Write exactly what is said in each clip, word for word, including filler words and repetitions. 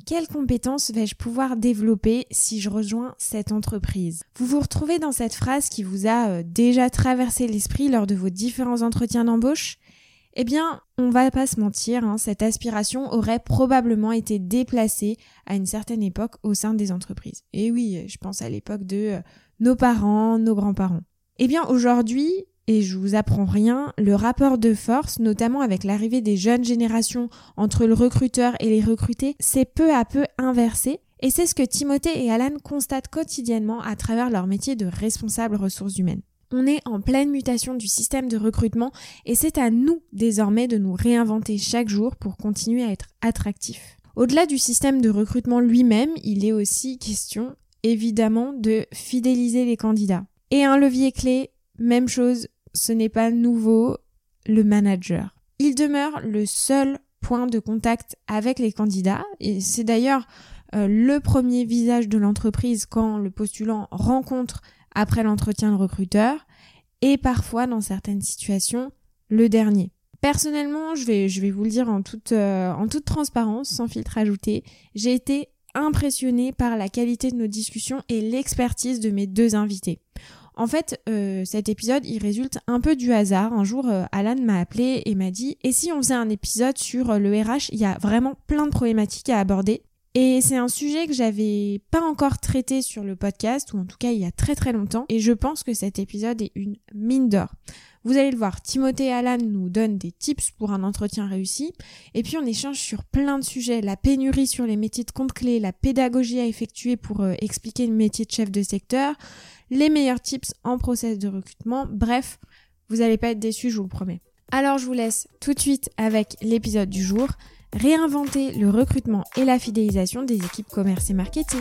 quelles compétences vais-je pouvoir développer si je rejoins cette entreprise ? Vous vous retrouvez dans cette phrase qui vous a euh, déjà traversé l'esprit lors de vos différents entretiens d'embauche ? Eh bien, on va pas se mentir, hein, cette aspiration aurait probablement été déplacée à une certaine époque au sein des entreprises. Et oui, je pense à l'époque de euh, nos parents, nos grands-parents. Eh bien, aujourd'hui, et je vous apprends rien, le rapport de force, notamment avec l'arrivée des jeunes générations entre le recruteur et les recrutés, s'est peu à peu inversé. Et c'est ce que Timothée et Alan constatent quotidiennement à travers leur métier de responsable ressources humaines. On est en pleine mutation du système de recrutement et c'est à nous désormais de nous réinventer chaque jour pour continuer à être attractifs. Au-delà du système de recrutement lui-même, il est aussi question, évidemment, de fidéliser les candidats. Et un levier clé, même chose, ce n'est pas nouveau, le manager. Il demeure le seul point de contact avec les candidats et c'est d'ailleurs euh, le premier visage de l'entreprise quand le postulant rencontre après l'entretien le recruteur et parfois dans certaines situations le dernier. Personnellement, je vais je vais vous le dire en toute euh, en toute transparence, sans filtre ajouté, j'ai été impressionnée par la qualité de nos discussions et l'expertise de mes deux invités. En fait, euh, cet épisode, il résulte un peu du hasard. Un jour, euh, Alan m'a appelé et m'a dit « Et si on faisait un épisode sur euh, le R H ? Il y a vraiment plein de problématiques à aborder. » Et c'est un sujet que j'avais pas encore traité sur le podcast, ou en tout cas il y a très très longtemps, et je pense que cet épisode est une mine d'or. Vous allez le voir, Timothée et Alan nous donnent des tips pour un entretien réussi, et puis on échange sur plein de sujets, la pénurie sur les métiers de compte clé, la pédagogie à effectuer pour euh, expliquer le métier de chef de secteur, les meilleurs tips en process de recrutement, bref, vous allez pas être déçus, je vous le promets. Alors je vous laisse tout de suite avec l'épisode du jour. Réinventer le recrutement et la fidélisation des équipes commerce et marketing.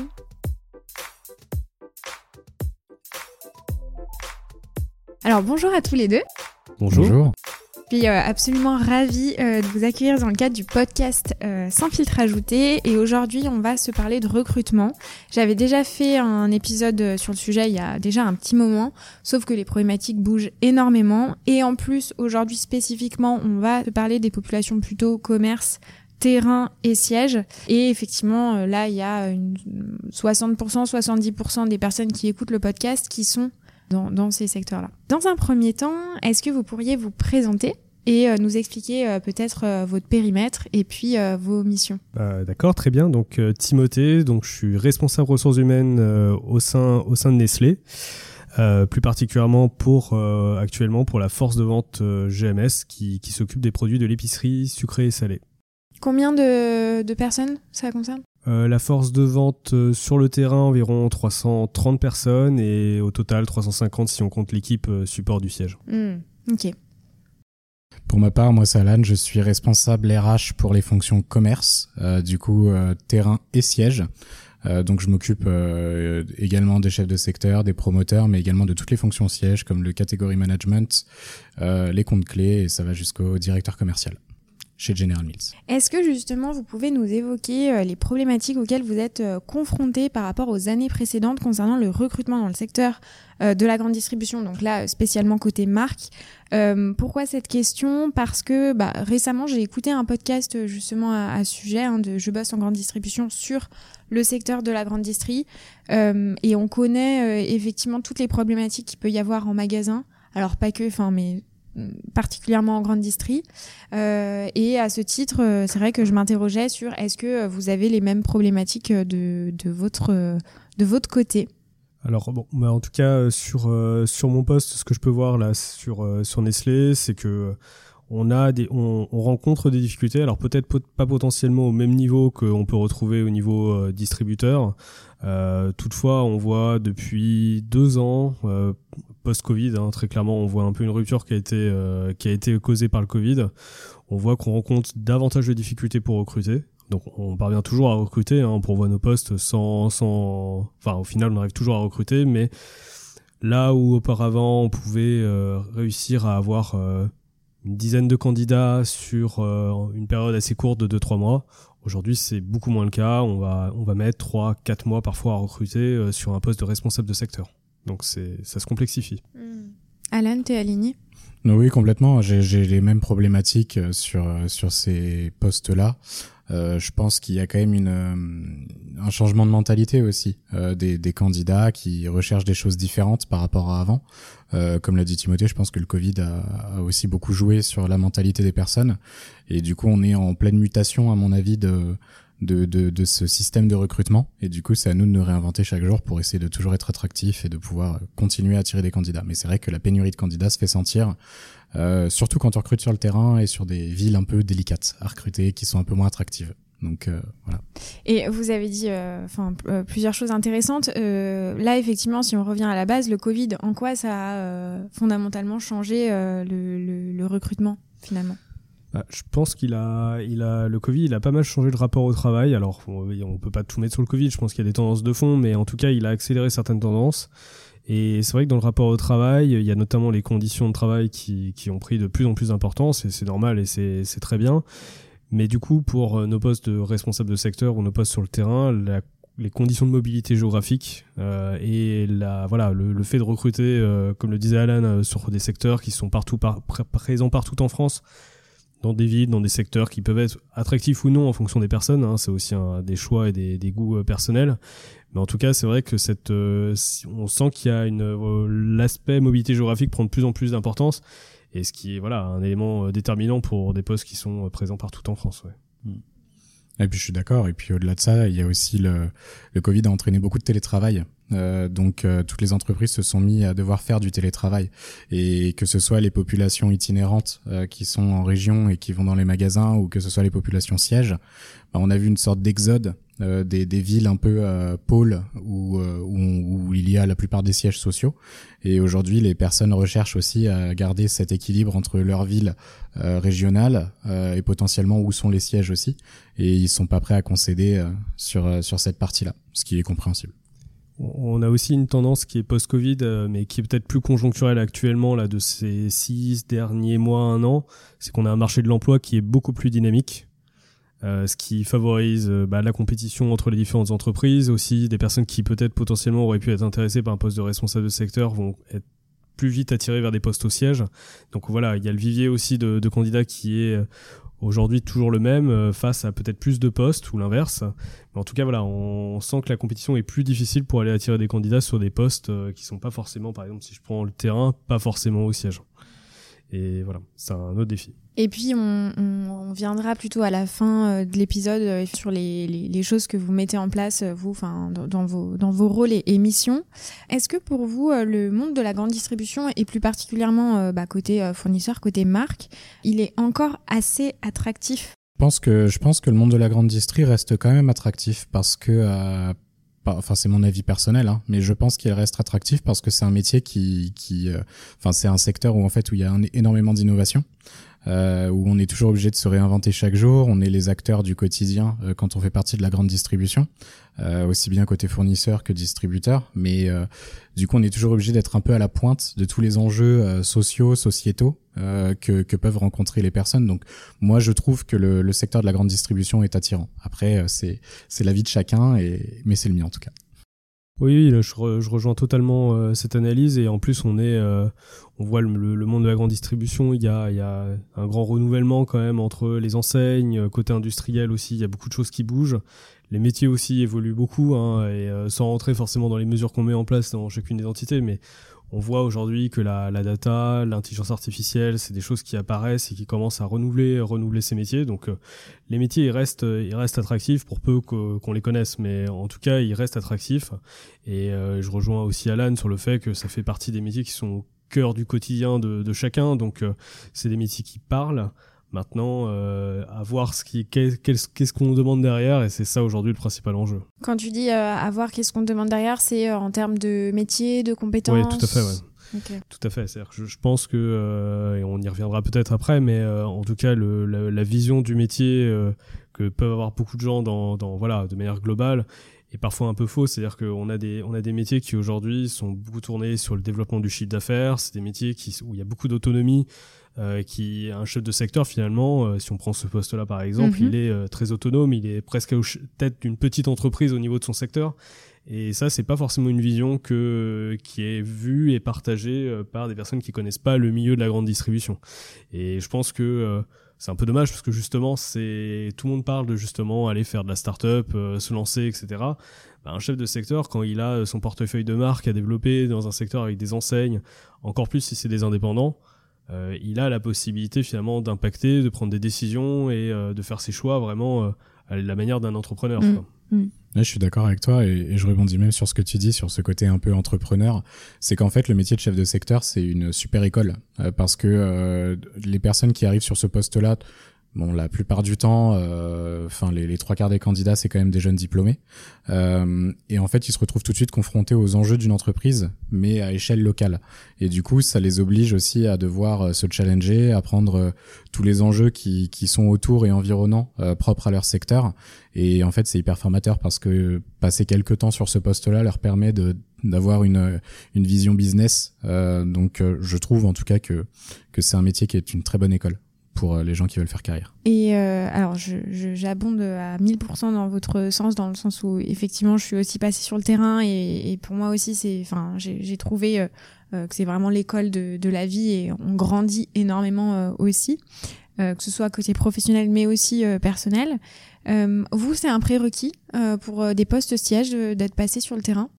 Alors bonjour à tous les deux. Bonjour. Bonjour. Je suis euh, absolument ravie euh, de vous accueillir dans le cadre du podcast euh, Sans filtre ajouté et aujourd'hui on va se parler de recrutement. J'avais déjà fait un épisode sur le sujet il y a déjà un petit moment, sauf que les problématiques bougent énormément et en plus aujourd'hui spécifiquement on va se parler des populations plutôt commerce, terrain et siège et effectivement là il y a une soixante pour cent, soixante-dix pour cent des personnes qui écoutent le podcast qui sont Dans, dans ces secteurs-là. Dans un premier temps, est-ce que vous pourriez vous présenter et euh, nous expliquer euh, peut-être euh, votre périmètre et puis euh, vos missions ? euh, D'accord, très bien. Donc euh, Timothée, donc je suis responsable ressources humaines euh, au sein au sein de Nestlé, euh, plus particulièrement pour euh, actuellement pour la force de vente euh, G M S qui qui s'occupe des produits de l'épicerie sucrée et salée. Combien de de personnes ça concerne ? Euh, la force de vente euh, sur le terrain, environ trois cent trente personnes et au total trois cent cinquante si on compte l'équipe euh, support du siège. Mmh, ok. Pour ma part, moi c'est Alan, je suis responsable R H pour les fonctions commerce, euh, du coup euh, terrain et siège. Euh, donc je m'occupe euh, également des chefs de secteur, des promoteurs, mais également de toutes les fonctions sièges comme le category management, euh, les comptes clés et ça va jusqu'au directeur commercial chez General Mills. Est-ce que justement vous pouvez nous évoquer euh, les problématiques auxquelles vous êtes euh, confrontés par rapport aux années précédentes concernant le recrutement dans le secteur euh, de la grande distribution, donc là spécialement côté marque. Euh, pourquoi cette question ? Parce que bah, récemment j'ai écouté un podcast justement à, à ce sujet hein, de Je bosse en grande distribution sur le secteur de la grande distrie euh, et on connaît euh, effectivement toutes les problématiques qu'il peut y avoir en magasin. Alors pas que, enfin mais particulièrement en grande distrie. Euh, et à ce titre, euh, c'est vrai que je m'interrogeais sur est-ce que vous avez les mêmes problématiques de, de, votre, de votre côté ? Alors bon, bah en tout cas sur euh, sur mon poste, ce que je peux voir là sur euh, sur Nestlé, c'est que on a des on, on rencontre des difficultés. Alors peut-être pot- pas potentiellement au même niveau qu'on peut retrouver au niveau euh, distributeur. Euh, toutefois, on voit depuis deux ans euh, post-Covid, hein, très clairement, on voit un peu une rupture qui a été euh, qui a été causée par le Covid. On voit qu'on rencontre davantage de difficultés pour recruter. Donc on parvient toujours à recruter, hein, on pourvoit nos postes sans sans enfin au final on arrive toujours à recruter, mais là où auparavant on pouvait euh, réussir à avoir euh, une dizaine de candidats sur euh, une période assez courte de deux trois mois, aujourd'hui c'est beaucoup moins le cas. On va on va mettre trois quatre mois parfois à recruter euh, sur un poste de responsable de secteur. Donc c'est ça se complexifie. Mmh. Alan, t'es aligné ? Non, oui, complètement. J'ai, j'ai les mêmes problématiques sur sur ces postes-là. Euh, je pense qu'il y a quand même une euh, un changement de mentalité aussi euh, des, des candidats qui recherchent des choses différentes par rapport à avant. Euh, comme l'a dit Timothée, je pense que le Covid a, a aussi beaucoup joué sur la mentalité des personnes et du coup on est en pleine mutation à mon avis de de de, de ce système de recrutement et du coup c'est à nous de nous réinventer chaque jour pour essayer de toujours être attractif et de pouvoir continuer à attirer des candidats. Mais c'est vrai que la pénurie de candidats se fait sentir. Euh, surtout quand on recrute sur le terrain et sur des villes un peu délicates à recruter, qui sont un peu moins attractives. Donc euh, voilà. Et vous avez dit enfin euh, euh, plusieurs choses intéressantes. Euh, là, effectivement, si on revient à la base, le Covid, en quoi ça a euh, fondamentalement changé euh, le, le, le recrutement finalement? Bah, je pense qu'il a, il a, le Covid, il a pas mal changé le rapport au travail. Alors, on, on peut pas tout mettre sur le Covid. Je pense qu'il y a des tendances de fond, mais en tout cas, il a accéléré certaines tendances. Et c'est vrai que dans le rapport au travail, il y a notamment les conditions de travail qui, qui ont pris de plus en plus d'importance, et c'est normal et c'est, c'est très bien. Mais du coup, pour nos postes de responsables de secteur ou nos postes sur le terrain, la, les conditions de mobilité géographique euh, et la, voilà, le, le fait de recruter, euh, comme le disait Alan, euh, sur des secteurs qui sont partout par, pr- présents partout en France, dans des villes, dans des secteurs qui peuvent être attractifs ou non en fonction des personnes, hein, c'est aussi un, des choix et des, des goûts euh, personnels. Mais en tout cas, c'est vrai que cette, euh, on sent qu'il y a une, euh, l'aspect mobilité géographique prend de plus en plus d'importance, et ce qui est voilà un élément euh, déterminant pour des postes qui sont euh, présents partout en France. Ouais. Et puis je suis d'accord. Et puis au-delà de ça, il y a aussi le, le Covid a entraîné beaucoup de télétravail. Euh, donc euh, toutes les entreprises se sont mis à devoir faire du télétravail, et que ce soit les populations itinérantes euh, qui sont en région et qui vont dans les magasins, ou que ce soit les populations sièges, bah, on a vu une sorte d'exode euh, des, des villes un peu euh, pôles où, euh, où, où il y a la plupart des sièges sociaux. Et aujourd'hui, les personnes recherchent aussi à garder cet équilibre entre leur ville euh, régionale euh, et potentiellement où sont les sièges aussi. Et ils sont pas prêts à concéder euh, sur euh, sur cette partie-là, ce qui est compréhensible. On a aussi une tendance qui est post-Covid, euh, mais qui est peut-être plus conjoncturelle actuellement, là, de ces six derniers mois, un an. C'est qu'on a un marché de l'emploi qui est beaucoup plus dynamique, euh, ce qui favorise euh, bah, la compétition entre les différentes entreprises. Aussi, des personnes qui peut-être potentiellement auraient pu être intéressées par un poste de responsable de secteur vont être plus vite attirées vers des postes au siège. Donc voilà, il y a le vivier aussi de, de candidats qui est... Euh, aujourd'hui toujours le même euh, face à peut-être plus de postes ou l'inverse. Mais en tout cas, voilà, on, on sent que la compétition est plus difficile pour aller attirer des candidats sur des postes euh, qui sont pas forcément, par exemple, si je prends le terrain, pas forcément au siège. Et voilà, c'est un autre défi. Et puis, on, on, on viendra plutôt à la fin de l'épisode sur les, les, les choses que vous mettez en place, vous, enfin, dans, dans, vos, dans vos rôles et, et missions. Est-ce que pour vous, le monde de la grande distribution, et plus particulièrement bah, côté fournisseur, côté marque, il est encore assez attractif? Je pense que, je pense que le monde de la grande distri reste quand même attractif parce que... Euh, Enfin, c'est mon avis personnel, hein, mais je pense qu'il reste attractif parce que c'est un métier qui, qui, euh, enfin, c'est un secteur où en fait où il y a un, énormément d'innovation, euh, où on est toujours obligé de se réinventer chaque jour. On est les acteurs du quotidien euh, quand on fait partie de la grande distribution, euh, aussi bien côté fournisseur que distributeur. Mais euh, du coup, on est toujours obligé d'être un peu à la pointe de tous les enjeux euh, sociaux, sociétaux euh, que, que peuvent rencontrer les personnes. Donc, moi, je trouve que le, le secteur de la grande distribution est attirant. Après, euh, c'est c'est l'avis de chacun, et mais c'est le mien en tout cas. Oui, là, je, re, je rejoins totalement euh, cette analyse, et en plus on est, euh, on voit le, le, le monde de la grande distribution. Il y a, il y a un grand renouvellement quand même entre les enseignes, côté industriel aussi. Il y a beaucoup de choses qui bougent. Les métiers aussi évoluent beaucoup, hein, et euh, sans rentrer forcément dans les mesures qu'on met en place dans chacune des entités, mais on voit aujourd'hui que la, la data, l'intelligence artificielle, c'est des choses qui apparaissent et qui commencent à renouveler, renouveler ces métiers. Donc, euh, les métiers, ils restent, ils restent attractifs pour peu que, qu'on les connaisse. Mais en tout cas, ils restent attractifs. Et euh, je rejoins aussi Alan sur le fait que ça fait partie des métiers qui sont au cœur du quotidien de, de chacun. Donc, euh, c'est des métiers qui parlent. Maintenant, euh, à voir ce qui, qu'est, qu'est-ce qu'on demande derrière, et c'est ça aujourd'hui le principal enjeu. Quand tu dis euh, à voir qu'est-ce qu'on demande derrière, c'est euh, en termes de métier, de compétences? Oui, tout à fait, ouais. Okay. Tout à fait. C'est-à-dire que je, je pense que, euh, et on y reviendra peut-être après, mais euh, en tout cas, le, la, la vision du métier euh, que peuvent avoir beaucoup de gens dans, dans, voilà, de manière globale, est parfois un peu fausse. C'est-à-dire qu'on a des, on a des métiers qui aujourd'hui sont beaucoup tournés sur le développement du chiffre d'affaires. C'est des métiers qui, où il y a beaucoup d'autonomie. Euh, qui un chef de secteur finalement, euh, si on prend ce poste-là par exemple, mm-hmm. il est euh, très autonome, il est presque à tête d'une petite entreprise au niveau de son secteur, et ça c'est pas forcément une vision que qui est vue et partagée euh, par des personnes qui connaissent pas le milieu de la grande distribution. Et je pense que euh, c'est un peu dommage parce que justement, c'est tout le monde parle de justement aller faire de la start-up, euh, se lancer, et cetera. Bah, un chef de secteur, quand il a son portefeuille de marque à développer dans un secteur avec des enseignes, encore plus si c'est des indépendants, euh, il a la possibilité finalement d'impacter, de prendre des décisions et euh, de faire ses choix vraiment euh, à la manière d'un entrepreneur. Mmh. Quoi. Mmh. Ouais, je suis d'accord avec toi et, et je rebondis même sur ce que tu dis, sur ce côté un peu entrepreneur. C'est qu'en fait, le métier de chef de secteur, c'est une super école euh, parce que euh, les personnes qui arrivent sur ce poste-là, bon, la plupart du temps, enfin euh, les, les trois quarts des candidats, c'est quand même des jeunes diplômés. Euh, et en fait, ils se retrouvent tout de suite confrontés aux enjeux d'une entreprise, mais à échelle locale. Et du coup, ça les oblige aussi à devoir se challenger, à prendre tous les enjeux qui, qui sont autour et environnants, euh, propres à leur secteur. Et en fait, c'est hyper formateur parce que passer quelques temps sur ce poste-là leur permet de d'avoir une une vision business. Euh, donc, euh, je trouve en tout cas que que c'est un métier qui est une très bonne école pour les gens qui veulent faire carrière. Et euh, alors, je, je, j'abonde à mille pour cent dans votre sens, dans le sens où, effectivement, je suis aussi passée sur le terrain et, et pour moi aussi, c'est, enfin, j'ai, j'ai trouvé euh, que c'est vraiment l'école de, de la vie et on grandit énormément euh, aussi, euh, que ce soit côté professionnel, mais aussi euh, personnel. Euh, vous, c'est un prérequis euh, pour euh, des postes sièges euh, d'être passé sur le terrain?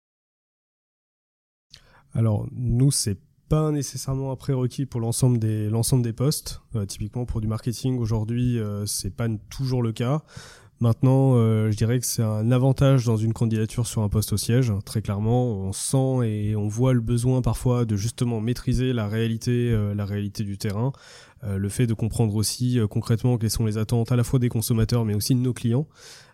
Alors, nous, c'est pas nécessairement un prérequis pour l'ensemble des l'ensemble des postes. Euh, typiquement pour du marketing aujourd'hui, euh, c'est pas toujours le cas. Maintenant, euh, je dirais que c'est un avantage dans une candidature sur un poste au siège. Très clairement, on sent et on voit le besoin parfois de justement maîtriser la réalité, euh, la réalité du terrain. Euh, le fait de comprendre aussi euh, concrètement quelles sont les attentes à la fois des consommateurs mais aussi de nos clients.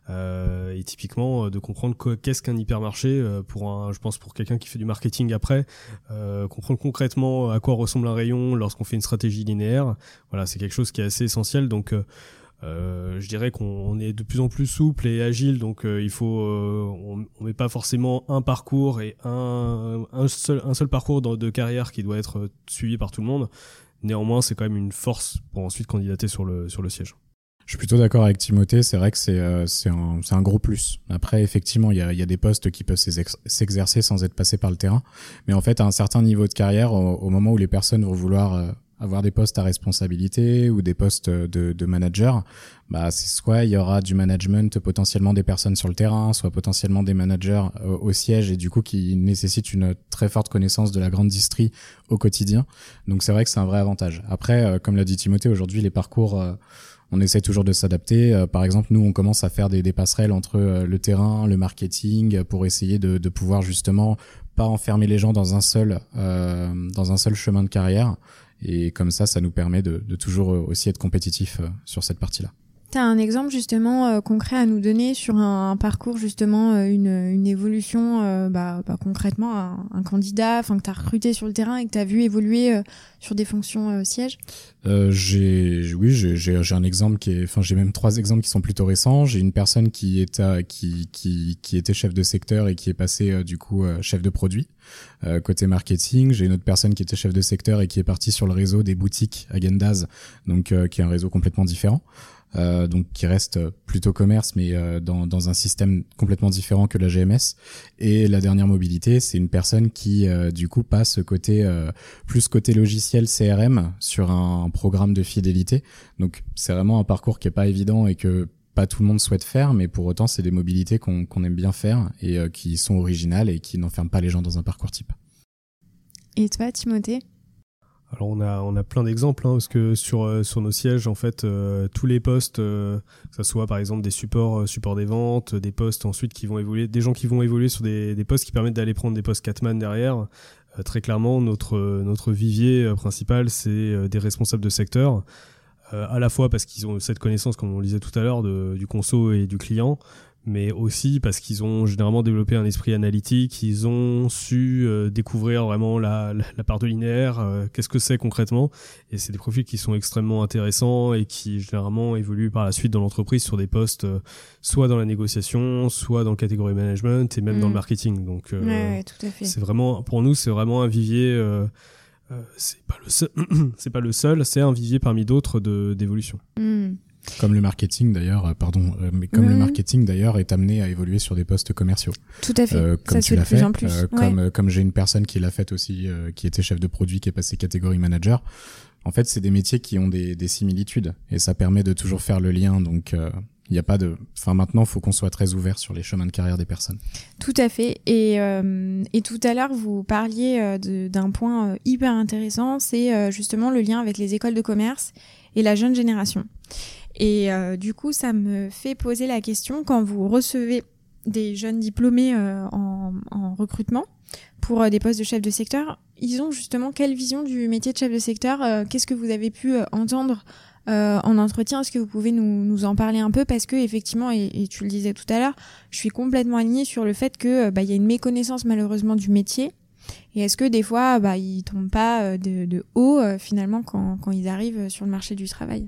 Euh, et typiquement euh, de comprendre quoi, qu'est-ce qu'un hypermarché euh, pour un, je pense pour quelqu'un qui fait du marketing après, euh, comprendre concrètement à quoi ressemble un rayon lorsqu'on fait une stratégie linéaire. Voilà, c'est quelque chose qui est assez essentiel. Donc euh, Euh, je dirais qu'on est de plus en plus souple et agile, donc euh, il faut, euh, on, on met pas forcément un parcours et un, un seul, un seul parcours de, de carrière qui doit être suivi par tout le monde. Néanmoins, c'est quand même une force pour ensuite candidater sur le sur le siège. Je suis plutôt d'accord avec Timothée, c'est vrai que c'est euh, c'est un c'est un gros plus. Après, effectivement, il y a il y a des postes qui peuvent s'exercer sans être passés par le terrain, mais en fait, à un certain niveau de carrière, au, au moment où les personnes vont vouloir euh, avoir des postes à responsabilité ou des postes de, de manager, bah c'est soit il y aura du management, potentiellement des personnes sur le terrain, soit potentiellement des managers euh, au siège et du coup qui nécessitent une très forte connaissance de la grande distrie au quotidien. Donc c'est vrai que c'est un vrai avantage. Après, euh, comme l'a dit Timothée, aujourd'hui les parcours, euh, on essaie toujours de s'adapter. Euh, par exemple, nous on commence à faire des, des passerelles entre euh, le terrain, le marketing, pour essayer de, de pouvoir justement pas enfermer les gens dans un seul euh, dans un seul chemin de carrière. Et comme ça, ça nous permet de, de toujours aussi être compétitif sur cette partie-là. Tu as un exemple justement euh, concret à nous donner sur un, un parcours justement, euh, une, une évolution euh, bah, bah, concrètement, un, un candidat enfin que tu as recruté sur le terrain et que tu as vu évoluer euh, sur des fonctions euh, sièges? euh, j'ai, Oui, j'ai, j'ai, j'ai un exemple qui est... Enfin, j'ai même trois exemples qui sont plutôt récents. J'ai une personne qui, est à, qui, qui, qui était chef de secteur et qui est passée euh, du coup euh, chef de produit. Euh, côté marketing, j'ai une autre personne qui était chef de secteur et qui est partie sur le réseau des boutiques Häagen-Dazs, donc euh, qui est un réseau complètement différent. Euh, donc qui reste plutôt commerce mais euh, dans dans un système complètement différent que la G M S. Et la dernière mobilité, c'est une personne qui euh, du coup passe côté euh, plus côté logiciel C R M sur un programme de fidélité. Donc c'est vraiment un parcours qui est pas évident et que pas tout le monde souhaite faire, mais pour autant c'est des mobilités qu'on qu'on aime bien faire et euh, qui sont originales et qui n'enferment pas les gens dans un parcours type. Et toi, Timothée? Alors on a on a plein d'exemples hein, parce que sur euh, sur nos sièges en fait euh, tous les postes euh, que ça soit par exemple des supports euh, supports des ventes, des postes ensuite qui vont évoluer, des gens qui vont évoluer sur des des postes qui permettent d'aller prendre des postes Catman derrière. Euh, très clairement notre notre vivier euh, principal c'est euh, des responsables de secteur euh, à la fois parce qu'ils ont cette connaissance comme on le disait tout à l'heure de du conso et du client, mais aussi parce qu'ils ont généralement développé un esprit analytique, ils ont su euh, découvrir vraiment la, la, la part de linéaire, euh, qu'est-ce que c'est concrètement, et c'est des profils qui sont extrêmement intéressants et qui généralement évoluent par la suite dans l'entreprise sur des postes euh, soit dans la négociation, soit dans le catégorie management et même mmh. dans le marketing. Donc euh, ouais, ouais, tout à fait. C'est vraiment, pour nous, c'est vraiment un vivier. Euh, euh, c'est pas le seul, c'est pas le seul, c'est un vivier parmi d'autres de d'évolution. Mmh. Comme le marketing d'ailleurs, euh, pardon, euh, mais comme mmh. le marketing d'ailleurs est amené à évoluer sur des postes commerciaux. Tout à fait. Euh, comme ça tu l'as fait, en plus. Euh, ouais. comme euh, comme j'ai une personne qui l'a fait aussi, euh, qui était chef de produit, qui est passé catégorie manager. en fait, c'est des métiers qui ont des, des similitudes et ça permet de toujours faire le lien. Donc, il euh, n'y a pas de. Enfin, maintenant, il faut qu'on soit très ouvert sur les chemins de carrière des personnes. Tout à fait. Et, euh, et tout à l'heure, vous parliez euh, de, d'un point euh, hyper intéressant, c'est euh, justement le lien avec les écoles de commerce et la jeune génération. Et euh, du coup, ça me fait poser la question, quand vous recevez des jeunes diplômés euh, en, en recrutement pour euh, des postes de chef de secteur, ils ont justement quelle vision du métier de chef de secteur? euh, Qu'est-ce que vous avez pu euh, entendre euh, en entretien? Est-ce que vous pouvez nous, nous en parler un peu? Parce que effectivement, et, et tu le disais tout à l'heure, je suis complètement alignée sur le fait que bah, y a une méconnaissance malheureusement du métier. Et est-ce que des fois, bah, ils tombent pas de, de haut euh, finalement quand, quand ils arrivent sur le marché du travail?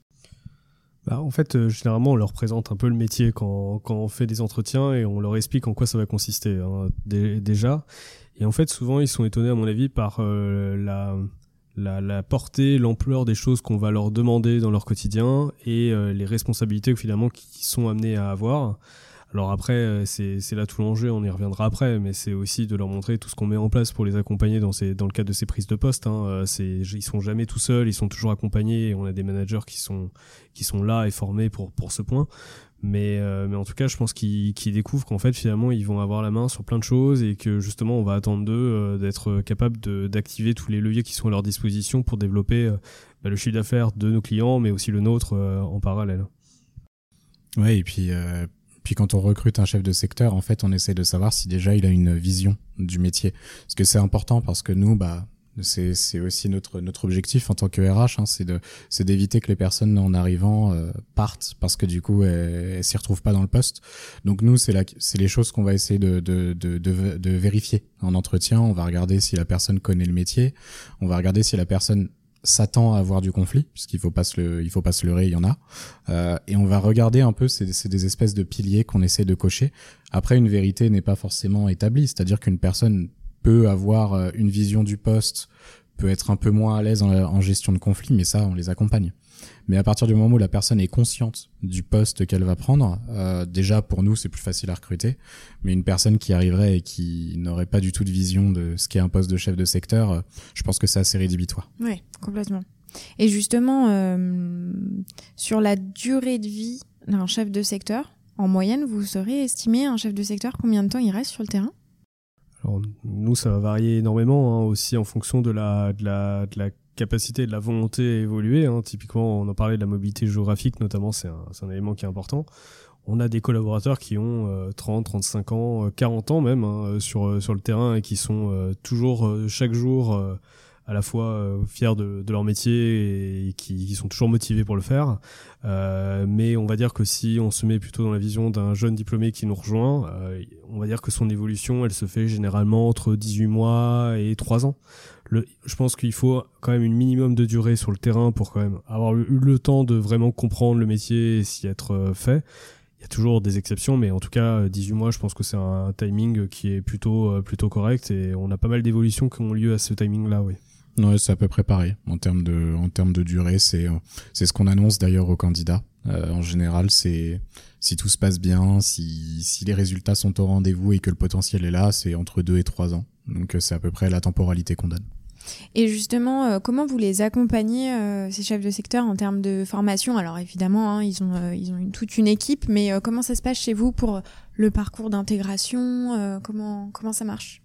Bah, en fait, euh, généralement, on leur présente un peu le métier quand, quand on fait des entretiens et on leur explique en quoi ça va consister, hein, d- déjà. Et en fait, souvent, ils sont étonnés, à mon avis, par euh, la, la, la portée, l'ampleur des choses qu'on va leur demander dans leur quotidien et euh, les responsabilités, finalement, qu'ils sont amenés à avoir. Alors après, c'est, c'est là tout l'enjeu, on y reviendra après, mais c'est aussi de leur montrer tout ce qu'on met en place pour les accompagner dans, ces, dans le cadre de ces prises de poste. Hein. C'est, ils sont jamais tout seuls, ils sont toujours accompagnés, et on a des managers qui sont, qui sont là et formés pour, pour ce point. Mais, euh, mais en tout cas, je pense qu'ils, qu'ils découvrent qu'en fait, finalement, ils vont avoir la main sur plein de choses et que justement, on va attendre d'eux euh, d'être capables de, d'activer tous les leviers qui sont à leur disposition pour développer euh, bah, le chiffre d'affaires de nos clients, mais aussi le nôtre euh, en parallèle. Ouais, et puis... Euh... Puis quand on recrute un chef de secteur, en fait, on essaie de savoir si déjà il a une vision du métier. Parce que c'est important, parce que nous, bah, c'est, c'est aussi notre notre objectif en tant que R H, hein, c'est de c'est d'éviter que les personnes en arrivant euh, partent parce que du coup elles, elles s'y retrouvent pas dans le poste. Donc nous, c'est la c'est les choses qu'on va essayer de de de de, de vérifier en entretien. On va regarder si la personne connaît le métier. On va regarder si la personne s'attend à avoir du conflit, puisqu'il faut pas se le, il faut pas se leurrer, il y en a. Euh, et on va regarder un peu, c'est, c'est des espèces de piliers qu'on essaie de cocher. Après, une vérité n'est pas forcément établie, c'est-à-dire qu'une personne peut avoir une vision du poste, peut être un peu moins à l'aise en, en gestion de conflit, mais ça, on les accompagne. Mais à partir du moment où la personne est consciente du poste qu'elle va prendre, euh, déjà pour nous c'est plus facile à recruter, mais une personne qui arriverait et qui n'aurait pas du tout de vision de ce qu'est un poste de chef de secteur, euh, je pense que c'est assez rédhibitoire. Oui, complètement. Et justement, euh, sur la durée de vie d'un chef de secteur, en moyenne, vous saurez estimer un chef de secteur combien de temps il reste sur le terrain? Alors, nous, ça va varier énormément, hein, aussi en fonction de la, de la, de la capacité, de la volonté à évoluer. Hein. Typiquement, on en parlait de la mobilité géographique, notamment, c'est un, c'est un élément qui est important. On a des collaborateurs qui ont euh, trente, trente-cinq ans, quarante ans même, hein, sur, sur le terrain et qui sont euh, toujours, euh, chaque jour, euh, à la fois euh, fiers de, de leur métier et qui, qui sont toujours motivés pour le faire. Euh, mais on va dire que si on se met plutôt dans la vision d'un jeune diplômé qui nous rejoint, euh, on va dire que son évolution, elle se fait généralement entre dix-huit mois et trois ans. Le, je pense qu'il faut quand même une minimum de durée sur le terrain pour quand même avoir eu le temps de vraiment comprendre le métier et s'y être euh, fait. Il y a toujours des exceptions, mais en tout cas, dix-huit mois, je pense que c'est un timing qui est plutôt, euh, plutôt correct et on a pas mal d'évolutions qui ont lieu à ce timing-là, oui. Ouais, c'est à peu près pareil. En termes de, en termes de durée, c'est, c'est ce qu'on annonce d'ailleurs aux candidats. Euh, en général, c'est, si tout se passe bien, si, si les résultats sont au rendez-vous et que le potentiel est là, c'est entre deux et trois ans. Donc, c'est à peu près la temporalité qu'on donne. Et justement, euh, comment vous les accompagnez, euh, ces chefs de secteur, en termes de formation? Alors évidemment, hein, ils ont, euh, ils ont une, toute une équipe, mais euh, comment ça se passe chez vous pour le parcours d'intégration? euh, comment, comment ça marche?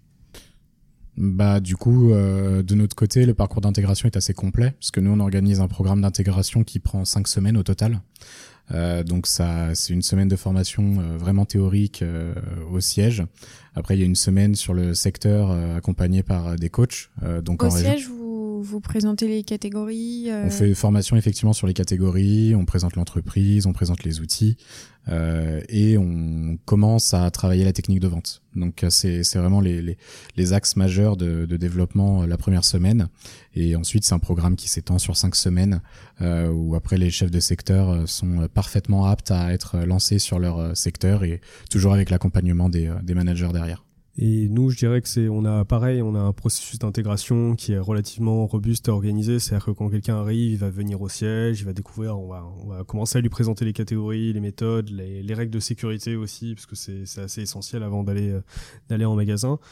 Bah du coup, euh, de notre côté, le parcours d'intégration est assez complet, parce que nous, on organise un programme d'intégration qui prend cinq semaines au total. Euh, donc ça, c'est une semaine de formation euh, vraiment théorique euh, au siège. Après, il y a une semaine sur le secteur euh, accompagné par des coachs. Euh, donc au en siège, région. vous, vous présentez les catégories euh... On fait formation effectivement sur les catégories, on présente l'entreprise, on présente les outils euh, et on commence à travailler la technique de vente. Donc c'est, c'est vraiment les, les, les axes majeurs de, de développement la première semaine. Et ensuite, c'est un programme qui s'étend sur cinq semaines euh, où après les chefs de secteur sont parfaitement aptes à être lancés sur leur secteur et toujours avec l'accompagnement des, des managers derrière. Et nous, je dirais que c'est, on a pareil, on a un processus d'intégration qui est relativement robuste et organisé. C'est-à-dire que quand quelqu'un arrive, il va venir au siège, il va découvrir, on va, on va commencer à lui présenter les catégories, les méthodes, les, les règles de sécurité aussi, parce que c'est, c'est assez essentiel avant d'aller, d'aller en magasin.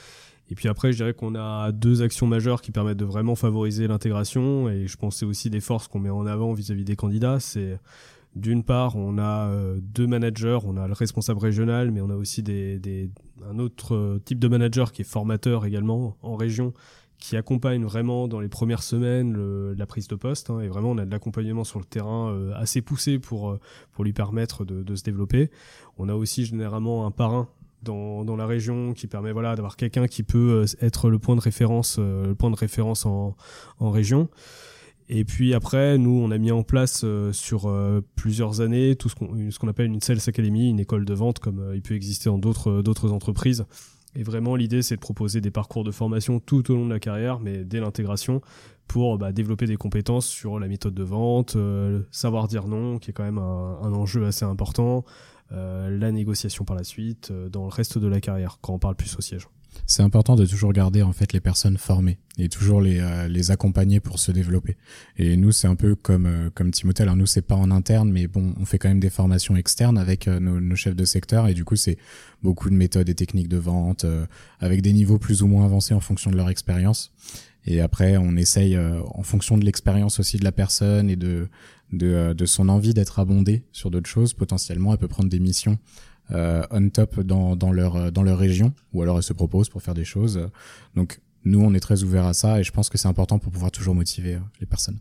Et puis après, je dirais qu'on a deux actions majeures qui permettent de vraiment favoriser l'intégration, et je pense que c'est aussi des forces qu'on met en avant vis-à-vis des candidats. C'est d'une part, on a euh, deux managers, on a le responsable régional, mais on a aussi des, des, un autre euh, type de manager qui est formateur également en région, qui accompagne vraiment dans les premières semaines le, la prise de poste, hein, et vraiment on a de l'accompagnement sur le terrain euh, assez poussé pour, euh, pour lui permettre de, de se développer. On a aussi généralement un parrain dans, dans la région qui permet voilà, d'avoir quelqu'un qui peut être le point de référence, euh, le point de référence en, en région. Et puis après, nous, on a mis en place euh, sur euh, plusieurs années tout ce qu'on, ce qu'on appelle une Sales Academy, une école de vente comme euh, il peut exister dans d'autres, d'autres entreprises. Et vraiment, l'idée, c'est de proposer des parcours de formation tout au long de la carrière, mais dès l'intégration, pour bah, développer des compétences sur la méthode de vente, euh, savoir dire non, qui est quand même un, un enjeu assez important, euh, la négociation par la suite, euh, dans le reste de la carrière, quand on parle plus au siège. C'est important de toujours garder en fait les personnes formées et toujours les euh, les accompagner pour se développer. Et nous c'est un peu comme euh, comme Timothée. Alors nous c'est pas en interne, mais bon on fait quand même des formations externes avec euh, nos, nos chefs de secteur, et du coup c'est beaucoup de méthodes et techniques de vente euh, avec des niveaux plus ou moins avancés en fonction de leur expérience. Et après on essaye euh, en fonction de l'expérience aussi de la personne et de de euh, de son envie d'être abondée sur d'autres choses. Potentiellement elle peut prendre des missions Euh, on top dans dans leur dans leur région, ou alors elles se proposent pour faire des choses. Donc nous on est très ouverts à ça, et je pense que c'est important pour pouvoir toujours motiver euh, les personnes.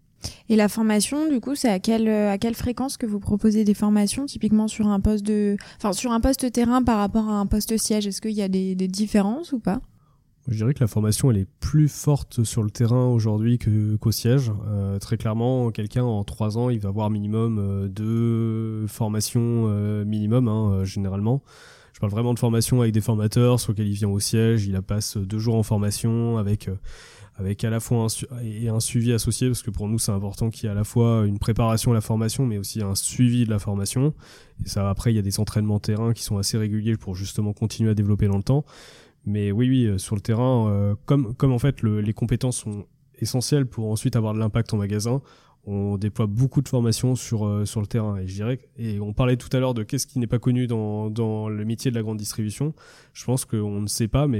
Et la formation, du coup, c'est à quelle à quelle fréquence que vous proposez des formations, typiquement sur un poste de, enfin sur un poste terrain par rapport à un poste siège? Est-ce qu'il y a des, des différences ou pas? Je dirais que la formation, elle est plus forte sur le terrain aujourd'hui que, qu'au siège. Euh, très clairement, quelqu'un en trois ans, il va avoir minimum euh, deux formations euh, minimum, hein, euh, généralement. Je parle vraiment de formation avec des formateurs sur lesquels il vient au siège, il passe deux jours en formation avec euh, avec à la fois un, su- et un suivi associé, parce que pour nous, c'est important qu'il y ait à la fois une préparation à la formation, mais aussi un suivi de la formation. Et ça, après, il y a des entraînements terrain qui sont assez réguliers pour justement continuer à développer dans le temps. Mais oui, oui, sur le terrain, euh, comme comme en fait le, les compétences sont essentielles pour ensuite avoir de l'impact en magasin, on déploie beaucoup de formations sur euh, sur le terrain. Et je dirais, et on parlait tout à l'heure de qu'est-ce qui n'est pas connu dans dans le métier de la grande distribution. Je pense qu'on ne sait pas, mais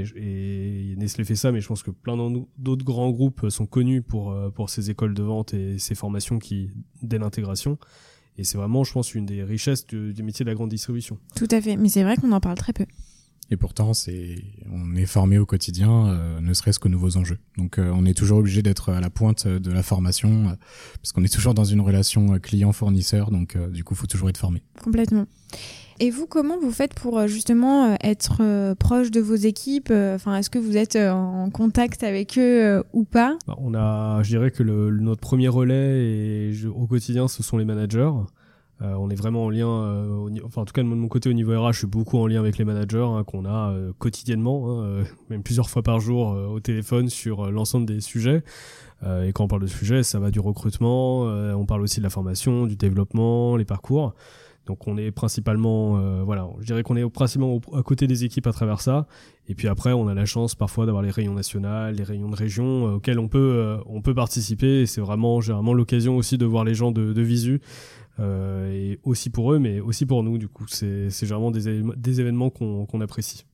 et Nestlé fait ça, mais je pense que plein d'autres grands groupes sont connus pour pour ces écoles de vente et ces formations qui dès l'intégration. Et c'est vraiment, je pense, une des richesses du, du métier de la grande distribution. Tout à fait, mais c'est vrai qu'on en parle très peu. Et pourtant, c'est, on est formé au quotidien, euh, ne serait-ce qu'aux nouveaux enjeux. Donc, euh, on est toujours obligé d'être à la pointe de la formation, euh, parce qu'on est toujours dans une relation client-fournisseur. Donc, euh, du coup, faut toujours être formé. Complètement. Et vous, comment vous faites pour justement être euh, proche de vos équipes? Enfin, est-ce que vous êtes en contact avec eux euh, ou pas? On a, je dirais que le, notre premier relais et je, au quotidien, ce sont les managers. Euh, on est vraiment en lien, euh, au, enfin en tout cas de mon côté au niveau R H, je suis beaucoup en lien avec les managers hein, qu'on a euh, quotidiennement, hein, euh, même plusieurs fois par jour euh, au téléphone sur euh, l'ensemble des sujets. Euh, et quand on parle de sujets, ça va du recrutement, euh, on parle aussi de la formation, du développement, les parcours. Donc on est principalement, euh, voilà, je dirais qu'on est principalement à côté des équipes à travers ça. Et puis après, on a la chance parfois d'avoir les réunions nationales, les réunions de région euh, auxquelles on peut, euh, on peut participer. Et c'est vraiment généralement l'occasion aussi de voir les gens de, de visu. Euh, et aussi pour eux, mais aussi pour nous. Du coup, c'est, c'est généralement des, éve- des événements qu'on, qu'on apprécie.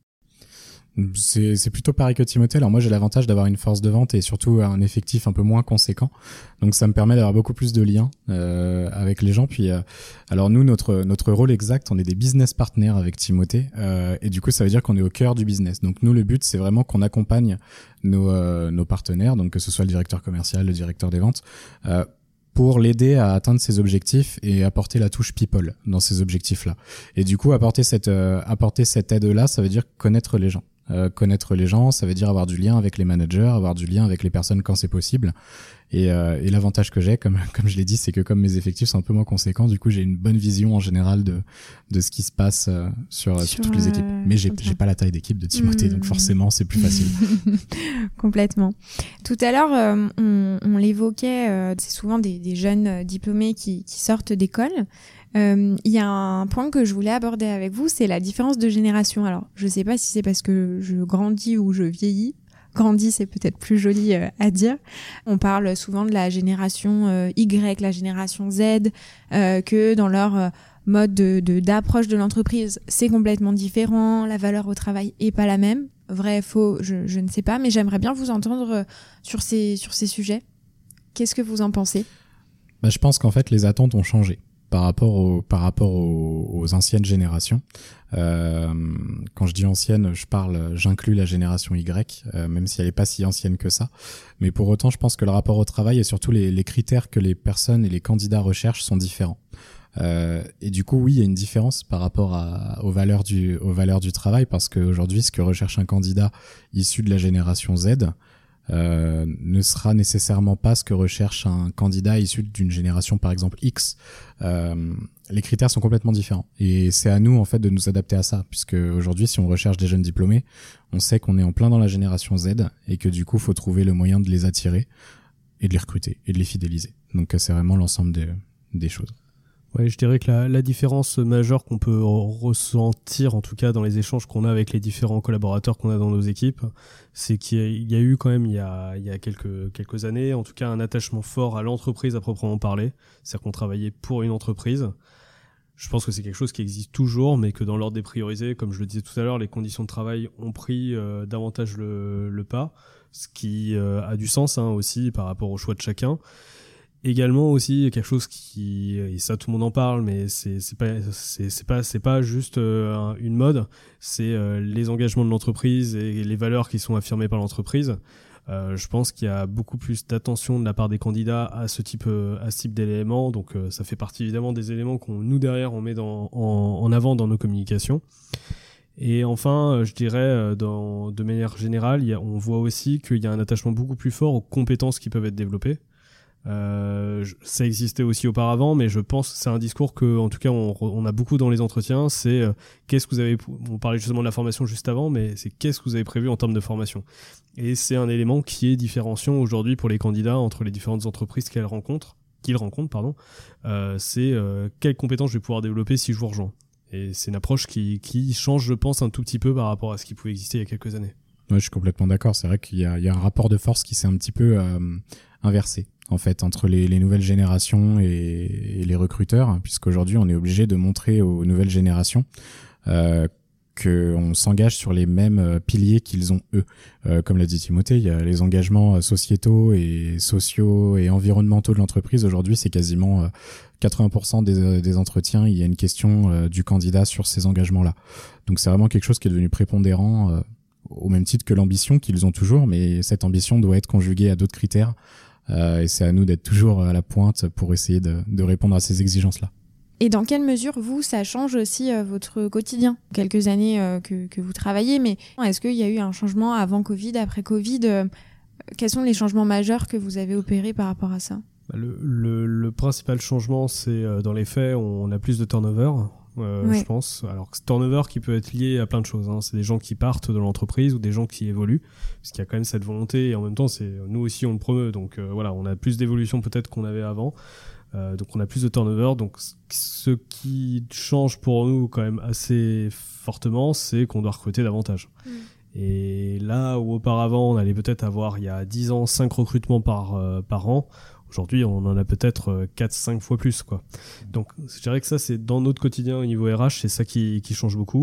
C'est, c'est plutôt pareil que Timothée. Alors moi, j'ai l'avantage d'avoir une force de vente et surtout un effectif un peu moins conséquent. Donc ça me permet d'avoir beaucoup plus de liens euh, avec les gens. Puis, euh, alors nous, notre notre rôle exact, on est des business partners avec Timothée. Euh, et du coup, ça veut dire qu'on est au cœur du business. Donc nous, le but, c'est vraiment qu'on accompagne nos euh, nos partenaires, donc que ce soit le directeur commercial, le directeur des ventes, euh, pour l'aider à atteindre ses objectifs et apporter la touche people dans ces objectifs-là. Et du coup, apporter cette euh, apporter cette aide-là, ça veut dire connaître les gens. Euh, connaître les gens, ça veut dire avoir du lien avec les managers, avoir du lien avec les personnes quand c'est possible. Et, euh, et l'avantage que j'ai, comme comme je l'ai dit, c'est que comme mes effectifs sont un peu moins conséquents, du coup j'ai une bonne vision en général de de ce qui se passe euh, sur, sur sur toutes les équipes. Mais j'ai j'ai pas la taille d'équipe de Timothée, mmh. donc forcément c'est plus facile. Complètement. Tout à l'heure, euh, on, on l'évoquait, euh, c'est souvent des, des jeunes diplômés qui qui sortent d'école. Il euh, y a un point que je voulais aborder avec vous, c'est la différence de génération. Alors, je sais pas si c'est parce que je grandis ou je vieillis. Grandis, c'est peut-être plus joli euh, à dire. On parle souvent de la génération euh, Y, la génération Z, euh, que dans leur euh, mode de, de d'approche de l'entreprise, c'est complètement différent. La valeur au travail est pas la même. vrai, faux, je, je ne sais pas, mais j'aimerais bien vous entendre sur ces, sur ces sujets. Qu'est-ce que vous en pensez ? Bah, je pense qu'en fait, les attentes ont changé par rapport aux, par rapport aux, aux anciennes générations. Euh, quand je dis ancienne, je parle, j'inclus la génération Y, euh, même si elle est pas si ancienne que ça. Mais pour autant, je pense que le rapport au travail et surtout les, les critères que les personnes et les candidats recherchent sont différents. Euh, et du coup, oui, il y a une différence par rapport à, aux valeurs du, aux valeurs du travail, parce qu'aujourd'hui, ce que recherche un candidat issu de la génération Z, Euh, ne sera nécessairement pas ce que recherche un candidat issu d'une génération par exemple X. Euh, les critères sont complètement différents et c'est à nous en fait de nous adapter à ça, puisque aujourd'hui si on recherche des jeunes diplômés, on sait qu'on est en plein dans la génération Z et que du coup faut trouver le moyen de les attirer et de les recruter et de les fidéliser. Donc c'est vraiment l'ensemble des, des choses. Ouais, je dirais que la, la différence majeure qu'on peut ressentir, en tout cas dans les échanges qu'on a avec les différents collaborateurs qu'on a dans nos équipes, c'est qu'il y a, il y a eu quand même il y a, il y a quelques, quelques années, en tout cas un attachement fort à l'entreprise à proprement parler. C'est-à-dire qu'on travaillait pour une entreprise. Je pense que c'est quelque chose qui existe toujours, mais que dans l'ordre des priorités, comme je le disais tout à l'heure, les conditions de travail ont pris euh, davantage le, le pas, ce qui euh, a du sens hein, aussi par rapport au choix de chacun. Également aussi quelque chose qui, et ça tout le monde en parle, mais c'est c'est pas c'est c'est pas c'est pas juste euh, une mode, c'est euh, les engagements de l'entreprise et les valeurs qui sont affirmées par l'entreprise. Euh, je pense qu'il y a beaucoup plus d'attention de la part des candidats à ce type euh, à ce type d'éléments, donc euh, ça fait partie évidemment des éléments qu'on nous derrière on met dans en, en avant dans nos communications. Et enfin, je dirais, dans, de manière générale, il y a, on voit aussi qu'il y a un attachement beaucoup plus fort aux compétences qui peuvent être développées. Euh, ça existait aussi auparavant, mais je pense que c'est un discours que, en tout cas, on, on a beaucoup dans les entretiens. C'est euh, qu'est-ce que vous avez, on parlait justement de la formation juste avant, mais c'est qu'est-ce que vous avez prévu en termes de formation. Et c'est un élément qui est différenciant aujourd'hui pour les candidats entre les différentes entreprises qu'elles rencontrent, qu'ils rencontrent, pardon. Euh, c'est euh, quelles compétences je vais pouvoir développer si je vous rejoins. Et c'est une approche qui, qui change, je pense, un tout petit peu par rapport à ce qui pouvait exister il y a quelques années. Ouais, je suis complètement d'accord. C'est vrai qu'il y a, il y a un rapport de force qui s'est un petit peu euh, inversé, en fait, entre les, les nouvelles générations et, et les recruteurs, puisqu'aujourd'hui, on est obligé de montrer aux nouvelles générations euh, qu'on s'engage sur les mêmes piliers qu'ils ont eux. Euh, comme l'a dit Timothée, il y a les engagements sociétaux et sociaux et environnementaux de l'entreprise. Aujourd'hui, c'est quasiment euh, quatre-vingts pour cent des, des entretiens, il y a une question euh, du candidat sur ces engagements-là. Donc c'est vraiment quelque chose qui est devenu prépondérant euh, au même titre que l'ambition qu'ils ont toujours, mais cette ambition doit être conjuguée à d'autres critères euh, et c'est à nous d'être toujours à la pointe pour essayer de, de répondre à ces exigences-là. Et dans quelle mesure, vous, ça change aussi euh, votre quotidien ? Quelques années euh, que, que vous travaillez, mais est-ce qu'il y a eu un changement avant Covid, après Covid ? euh, Quels sont les changements majeurs que vous avez opérés par rapport à ça ? Le, le, le principal changement, c'est euh, dans les faits, on a plus de turnover, euh, ouais. je pense. Alors, turnover qui peut être lié à plein de choses. Hein. C'est des gens qui partent de l'entreprise ou des gens qui évoluent, parce qu'il y a quand même cette volonté, et en même temps, c'est nous aussi, on le promeut. Donc euh, voilà, on a plus d'évolution peut-être qu'on avait avant. Euh, donc on a plus de turnover. Donc ce qui change pour nous quand même assez fortement, c'est qu'on doit recruter davantage. Mmh. Et là où auparavant on allait peut-être avoir il y a dix ans cinq recrutements par, euh, par an, aujourd'hui on en a peut-être quatre cinq fois plus, quoi. Donc je dirais que ça c'est dans notre quotidien au niveau R H, c'est ça qui, qui change beaucoup.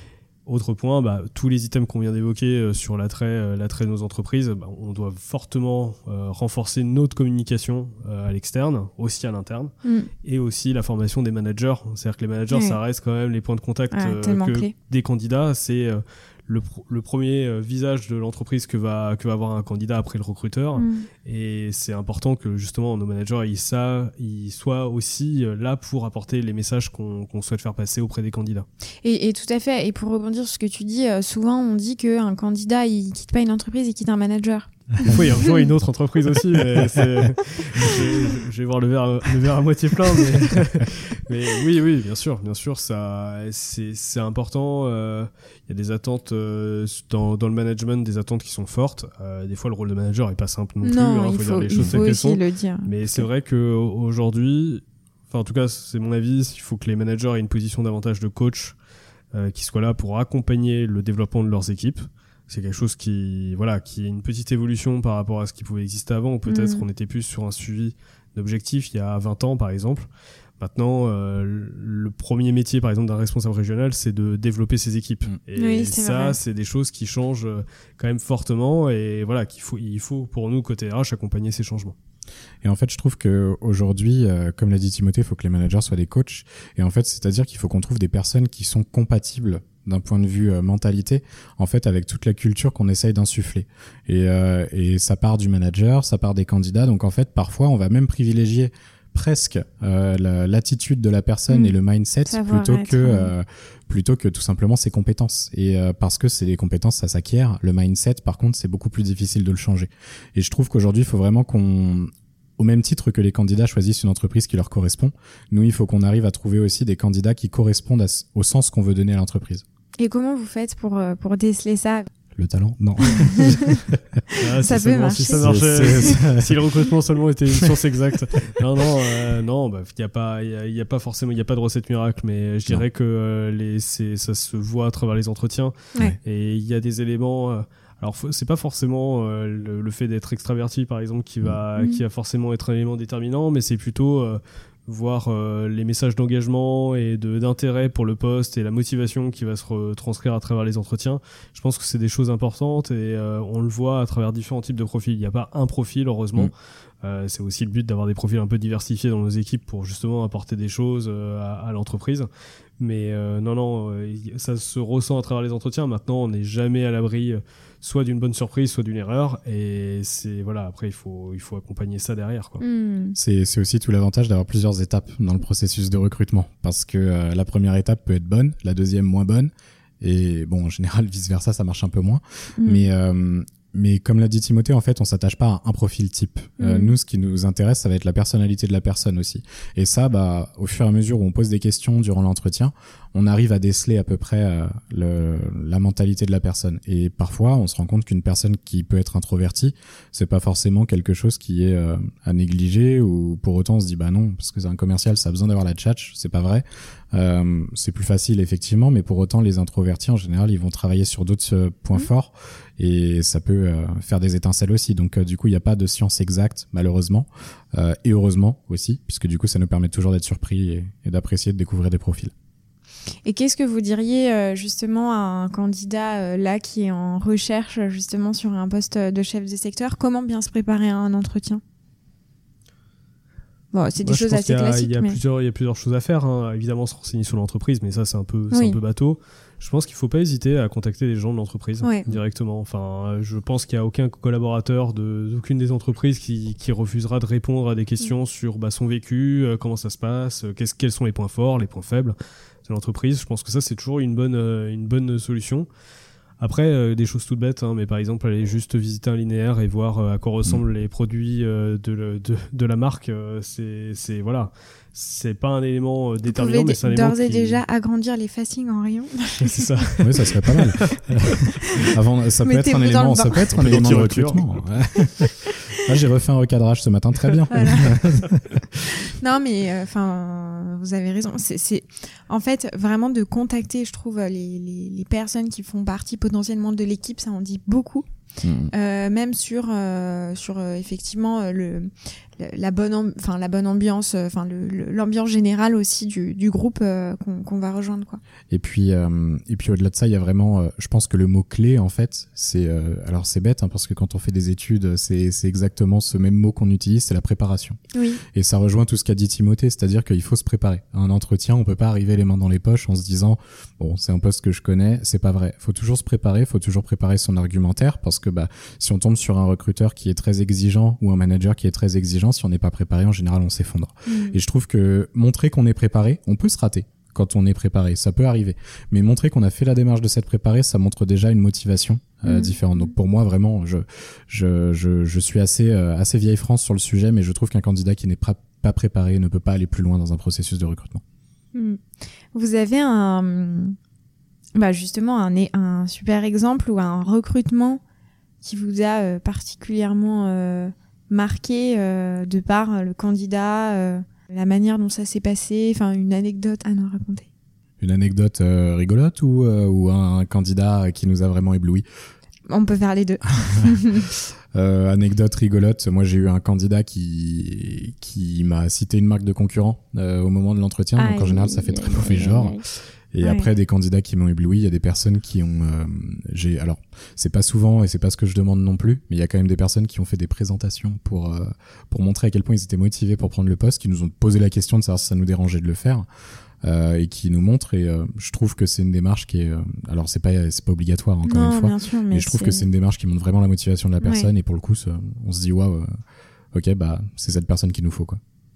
Autre point, bah, tous les items qu'on vient d'évoquer euh, sur l'attrait, euh, l'attrait de nos entreprises, bah, on doit fortement euh, renforcer notre communication euh, à l'externe, aussi à l'interne, mm. et aussi la formation des managers. C'est-à-dire que les managers, oui. ça reste quand même les points de contact ah, euh, que clé. des candidats. C'est euh, le, pr- le premier euh, visage de l'entreprise que va, que va avoir un candidat après le recruteur. Mm. Et c'est important que justement nos managers ils, ça, ils soient aussi euh, là pour apporter les messages qu'on, qu'on souhaite faire passer auprès des candidats. Et, et tout à fait. Et pour rebondir sur ce que tu dis, euh, souvent on dit qu'un candidat il quitte pas une entreprise, il quitte un manager. Oui, il rejoint une autre entreprise aussi, mais c'est... je, je vais voir le verre, le verre à moitié plein. Mais, mais oui, oui, bien sûr, bien sûr, ça, c'est, c'est important. Il euh, y a des attentes euh, dans, dans le management, des attentes qui sont fortes. Euh, des fois, le rôle de manager est pas simple non, non plus. Il hein, faut, faut dire les choses telles qu'elles sont. Le dire. Mais c'est vrai qu'aujourd'hui, enfin, en tout cas, c'est mon avis, il faut que les managers aient une position davantage de coach, euh, qui soient là pour accompagner le développement de leurs équipes. c'est quelque chose qui, voilà, qui est une petite évolution par rapport à ce qui pouvait exister avant, ou peut-être Mmh. qu'on était plus sur un suivi d'objectifs il y a vingt ans, par exemple. Maintenant, euh, le premier métier, par exemple, d'un responsable régional, c'est de développer ses équipes. Mmh. Et Oui, c'est ça, vrai. c'est des choses qui changent quand même fortement, et voilà, qu'il faut, il faut pour nous, côté R H, accompagner ces changements. Et en fait, je trouve que aujourd'hui, euh, comme l'a dit Timothée, il faut que les managers soient des coachs. Et en fait, c'est-à-dire qu'il faut qu'on trouve des personnes qui sont compatibles d'un point de vue euh, mentalité, en fait, avec toute la culture qu'on essaye d'insuffler. Et, euh, et ça part du manager, ça part des candidats. Donc en fait, parfois, on va même privilégier presque euh, la, l'attitude de la personne mmh. et le mindset Savoir plutôt être, que ouais. euh, plutôt que tout simplement ses compétences. Et euh, parce que c'est les compétences, ça s'acquiert. Le mindset, par contre, c'est beaucoup plus difficile de le changer. Et je trouve qu'aujourd'hui, il faut vraiment qu'on, au même titre que les candidats choisissent une entreprise qui leur correspond, nous, il faut qu'on arrive à trouver aussi des candidats qui correspondent à, au sens qu'on veut donner à l'entreprise. Et comment vous faites pour, euh, pour déceler ça? Le talent, non. Ah, Ça si peut seulement- marcher. Si ça C'est- marchait, c'est- si, si le recrutement seulement était une source exacte. Non, non, euh, non, bah, il y a pas, il y a, y a pas forcément, il y a pas de recette miracle, mais je dirais Non. que euh, les, c'est, ça se voit à travers les entretiens. Ouais. Et il y a des éléments. Euh, alors, faut- c'est pas forcément euh, le, le fait d'être extraverti, par exemple, qui va, Mhm. qui va forcément être un élément déterminant, mais c'est plutôt euh, voir euh, les messages d'engagement et de, d'intérêt pour le poste et la motivation qui va se retranscrire à travers les entretiens. Je pense que c'est des choses importantes et euh, on le voit à travers différents types de profils. Il n'y a pas un profil, heureusement. Mm. Euh, c'est aussi le but d'avoir des profils un peu diversifiés dans nos équipes pour justement apporter des choses euh, à, à l'entreprise. Mais euh, non, non, euh, ça se ressent à travers les entretiens. Maintenant, on n'est jamais à l'abri euh, soit d'une bonne surprise, soit d'une erreur. Et c'est voilà. Après, il faut il faut accompagner ça derrière, quoi. Mmh. C'est, c'est aussi tout l'avantage d'avoir plusieurs étapes dans le processus de recrutement. Parce que euh, la première étape peut être bonne, la deuxième moins bonne. Et bon, en général, vice-versa, ça marche un peu moins. Mmh. Mais, euh, mais comme l'a dit Timothée, en fait, on s'attache pas à un profil type. Euh, Mhm. nous, ce qui nous intéresse, ça va être la personnalité de la personne aussi. Et ça, bah, au fur et à mesure où on pose des questions durant l'entretien, on arrive à déceler à peu près euh, le, la mentalité de la personne. Et parfois, on se rend compte qu'une personne qui peut être introvertie, c'est pas forcément quelque chose qui est euh, à négliger, ou pour autant on se dit bah non, parce que c'est un commercial, ça a besoin d'avoir la tchatch. C'est pas vrai. Euh, c'est plus facile effectivement, mais pour autant les introvertis en général, ils vont travailler sur d'autres euh, points Mhm. forts et ça peut euh, faire des étincelles aussi. Donc euh, du coup, il n'y a pas de science exacte malheureusement, euh, et heureusement aussi, puisque du coup, ça nous permet toujours d'être surpris et, et d'apprécier de découvrir des profils. Et qu'est-ce que vous diriez euh, justement à un candidat euh, là qui est en recherche justement sur un poste de chef de secteur? Comment bien se préparer à un entretien? Bon, c'est des Moi, je choses pense assez qu'il y a- classiques, Il y a, mais... plusieurs, il y a plusieurs choses à faire. Hein. Évidemment, se renseigner sur l'entreprise, mais ça, c'est un peu, c'est Oui. un peu bateau. Je pense qu'il faut pas hésiter à contacter les gens de l'entreprise Ouais. directement. Enfin, euh, je pense qu'il y a aucun collaborateur de, d'aucune des entreprises qui, qui refusera de répondre à des questions sur bah, son vécu, euh, comment ça se passe, euh, qu'est-ce, quels sont les points forts, les points faibles de l'entreprise. Je pense que ça, c'est toujours une bonne, euh, une bonne solution. Après, euh, des choses toutes bêtes, hein, mais par exemple, aller juste visiter un linéaire et voir euh, à quoi ressemblent les produits euh, de, le- de, de la marque, euh, c'est, c'est, voilà, c'est pas un élément euh, Vous déterminant, pouvez mais c'est un élément d'ores et qui... déjà agrandir les facings en rayon. c'est ça. Oui, ça serait pas mal. Avant, ça peut être un Mettez-vous dans élément, le ça bain. peut être un Un peu élément de d'anti-rupture. recrutement. Ouais. Ah, j'ai refait un recadrage ce matin, très bien. Voilà. Non, mais enfin, vous avez raison. C'est, c'est en fait vraiment de contacter, je trouve, les, les, les personnes qui font partie potentiellement de l'équipe, ça en dit beaucoup. Mm. Euh, même sur euh, sur euh, effectivement euh, le, le la bonne amb- enfin la bonne ambiance, enfin le, le, l'ambiance générale aussi du du groupe euh, qu'on qu'on va rejoindre, quoi. Et puis, euh, et puis au-delà de ça, il y a vraiment, euh, je pense que le mot clé en fait, c'est, euh, alors c'est bête hein, parce que quand on fait des études, c'est c'est exactement ce même mot qu'on utilise, c'est la préparation. Oui. Et ça rejoint tout ce qu'a dit Timothée, c'est-à-dire qu'il faut se préparer. À un entretien, on peut pas arriver les mains dans les poches en se disant bon, c'est un poste que je connais, c'est pas vrai. Faut toujours se préparer, faut toujours préparer son argumentaire parce que bah si on tombe sur un recruteur qui est très exigeant ou un manager qui est très exigeant, si on n'est pas préparé, en général, on s'effondre. Mmh. Et je trouve que montrer qu'on est préparé, on peut se rater quand on est préparé, ça peut arriver. Mais montrer qu'on a fait la démarche de s'être préparé, ça montre déjà une motivation euh, Mmh. différente. Donc pour moi, vraiment, je je je, je suis assez euh, assez vieille France sur le sujet, mais je trouve qu'un candidat qui n'est pra- pas préparé ne peut pas aller plus loin dans un processus de recrutement. Mmh. Vous avez un bah justement un un super exemple ou un recrutement qui vous a euh, particulièrement euh, marqué euh, de par euh, le candidat, euh, la manière dont ça s'est passé, enfin une anecdote à nous raconter. Une anecdote euh, rigolote ou, euh, ou un, un candidat qui nous a vraiment ébloui? On peut faire les deux. euh, anecdote rigolote, moi j'ai eu un candidat qui qui m'a cité une marque de concurrent euh, au moment de l'entretien, aïe, donc en général ça fait très mauvais genre. Aïe. Et ouais. Après, des candidats qui m'ont ébloui, il y a des personnes qui ont, euh, j'ai, alors, c'est pas souvent et c'est pas ce que je demande non plus, mais il y a quand même des personnes qui ont fait des présentations pour, euh, pour montrer à quel point ils étaient motivés pour prendre le poste, qui nous ont posé la question de savoir si ça nous dérangeait de le faire, euh, et qui nous montrent, et euh, je trouve que c'est une démarche qui est, euh, alors c'est pas, c'est pas obligatoire encore non, une fois, bien sûr, mais, mais je trouve c'est... que c'est une démarche qui montre vraiment la motivation de la personne, ouais. Et pour le coup, ça, on se dit, waouh, euh, ok, bah, c'est cette personne qu'il nous faut, quoi.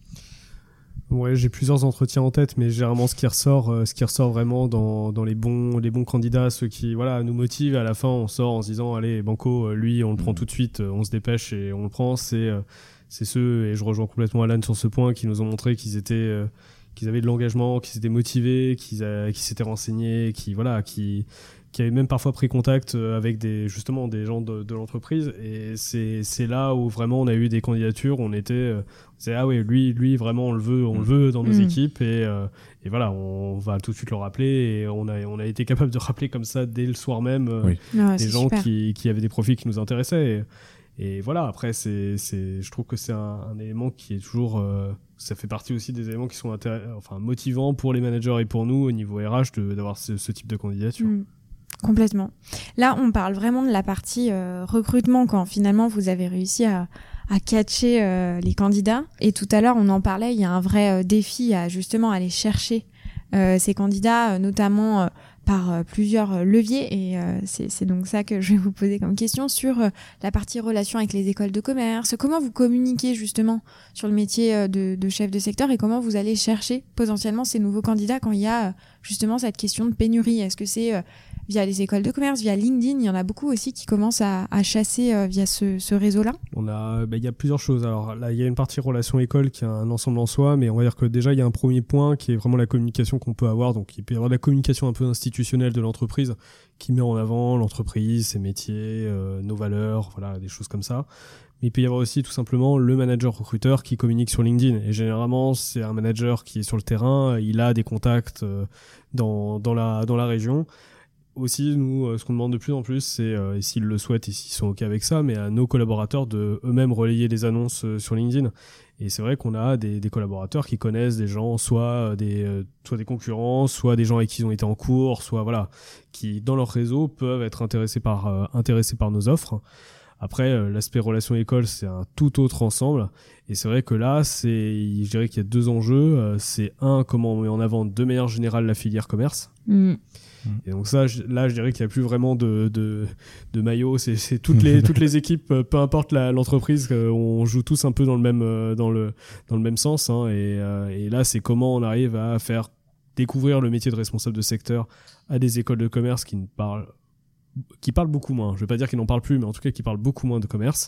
Ouais, j'ai plusieurs entretiens en tête, mais généralement ce qui ressort, euh, ce qui ressort vraiment dans dans les bons les bons candidats, ceux qui voilà nous motivent. À la fin, on sort en se disant allez Banco, lui on le prend tout de suite, on se dépêche et on le prend. C'est euh, c'est ceux, et je rejoins complètement Alan sur ce point, qui nous ont montré qu'ils étaient euh, qu'ils avaient de l'engagement, qu'ils étaient motivés, qu'ils a, qu'ils s'étaient renseignés, qui voilà qui qui avaient même parfois pris contact avec des justement des gens de, de l'entreprise, et c'est c'est là où vraiment on a eu des candidatures, on était c'est ah ouais lui lui vraiment on le veut on mmh. le veut dans nos mmh. équipes, et euh, et voilà, on va tout de suite le rappeler, et on a on a été capable de rappeler comme ça dès le soir même euh, oui. ouais, des gens super. qui qui avaient des profils qui nous intéressaient, et, et voilà, après c'est c'est je trouve que c'est un, un élément qui est toujours euh, ça fait partie aussi des éléments qui sont intér- enfin motivants pour les managers et pour nous au niveau R H de, d'avoir ce, ce type de candidature. Mmh. Complètement. Là, on parle vraiment de la partie euh, recrutement, quand finalement vous avez réussi à, à catcher euh, les candidats. Et tout à l'heure, on en parlait, il y a un vrai euh, défi à justement aller chercher euh, ces candidats, euh, notamment euh, par euh, plusieurs leviers. Et euh, c'est, c'est donc ça que je vais vous poser comme question sur euh, la partie relation avec les écoles de commerce. Comment vous communiquez justement sur le métier euh, de, de chef de secteur, et comment vous allez chercher potentiellement ces nouveaux candidats quand il y a euh, justement cette question de pénurie. Est-ce que c'est euh, via les écoles de commerce, via LinkedIn? Il y en a beaucoup aussi qui commencent à, à chasser euh, via ce, ce réseau-là. On a, bah, il y a plusieurs choses. Alors là, il y a une partie relation école qui a un ensemble en soi, mais on va dire que déjà il y a un premier point qui est vraiment la communication qu'on peut avoir. Donc il peut y avoir de la communication un peu institutionnelle de l'entreprise qui met en avant l'entreprise, ses métiers, euh, nos valeurs, voilà, des choses comme ça. Mais il peut y avoir aussi tout simplement le manager recruteur qui communique sur LinkedIn. Et généralement, c'est un manager qui est sur le terrain, il a des contacts euh, dans dans la dans la région. Aussi, nous, euh, ce qu'on demande de plus en plus, c'est, euh, et s'ils le souhaitent et s'ils sont OK avec ça, mais à nos collaborateurs de eux-mêmes relayer les annonces euh, sur LinkedIn. Et c'est vrai qu'on a des, des collaborateurs qui connaissent des gens, soit des, euh, soit des concurrents, soit des gens avec qui ils ont été en cours, soit voilà, qui dans leur réseau peuvent être intéressés par, euh, intéressés par nos offres. Après, euh, l'aspect relation école, c'est un tout autre ensemble. Et c'est vrai que là, c'est, je dirais qu'il y a deux enjeux. Euh, c'est un, comment on met en avant de manière générale la filière commerce. Mmh. Et donc ça, je, là, je dirais qu'il n'y a plus vraiment de, de, de maillot. C'est, c'est toutes les, toutes les équipes, peu importe la, l'entreprise, on joue tous un peu dans le même, dans le, dans le même sens. Hein, et, euh, et là, c'est comment on arrive à faire découvrir le métier de responsable de secteur à des écoles de commerce qui ne parlent, qui parlent beaucoup moins. Je ne vais pas dire qu'ils n'en parlent plus, mais en tout cas qui parlent beaucoup moins de commerce.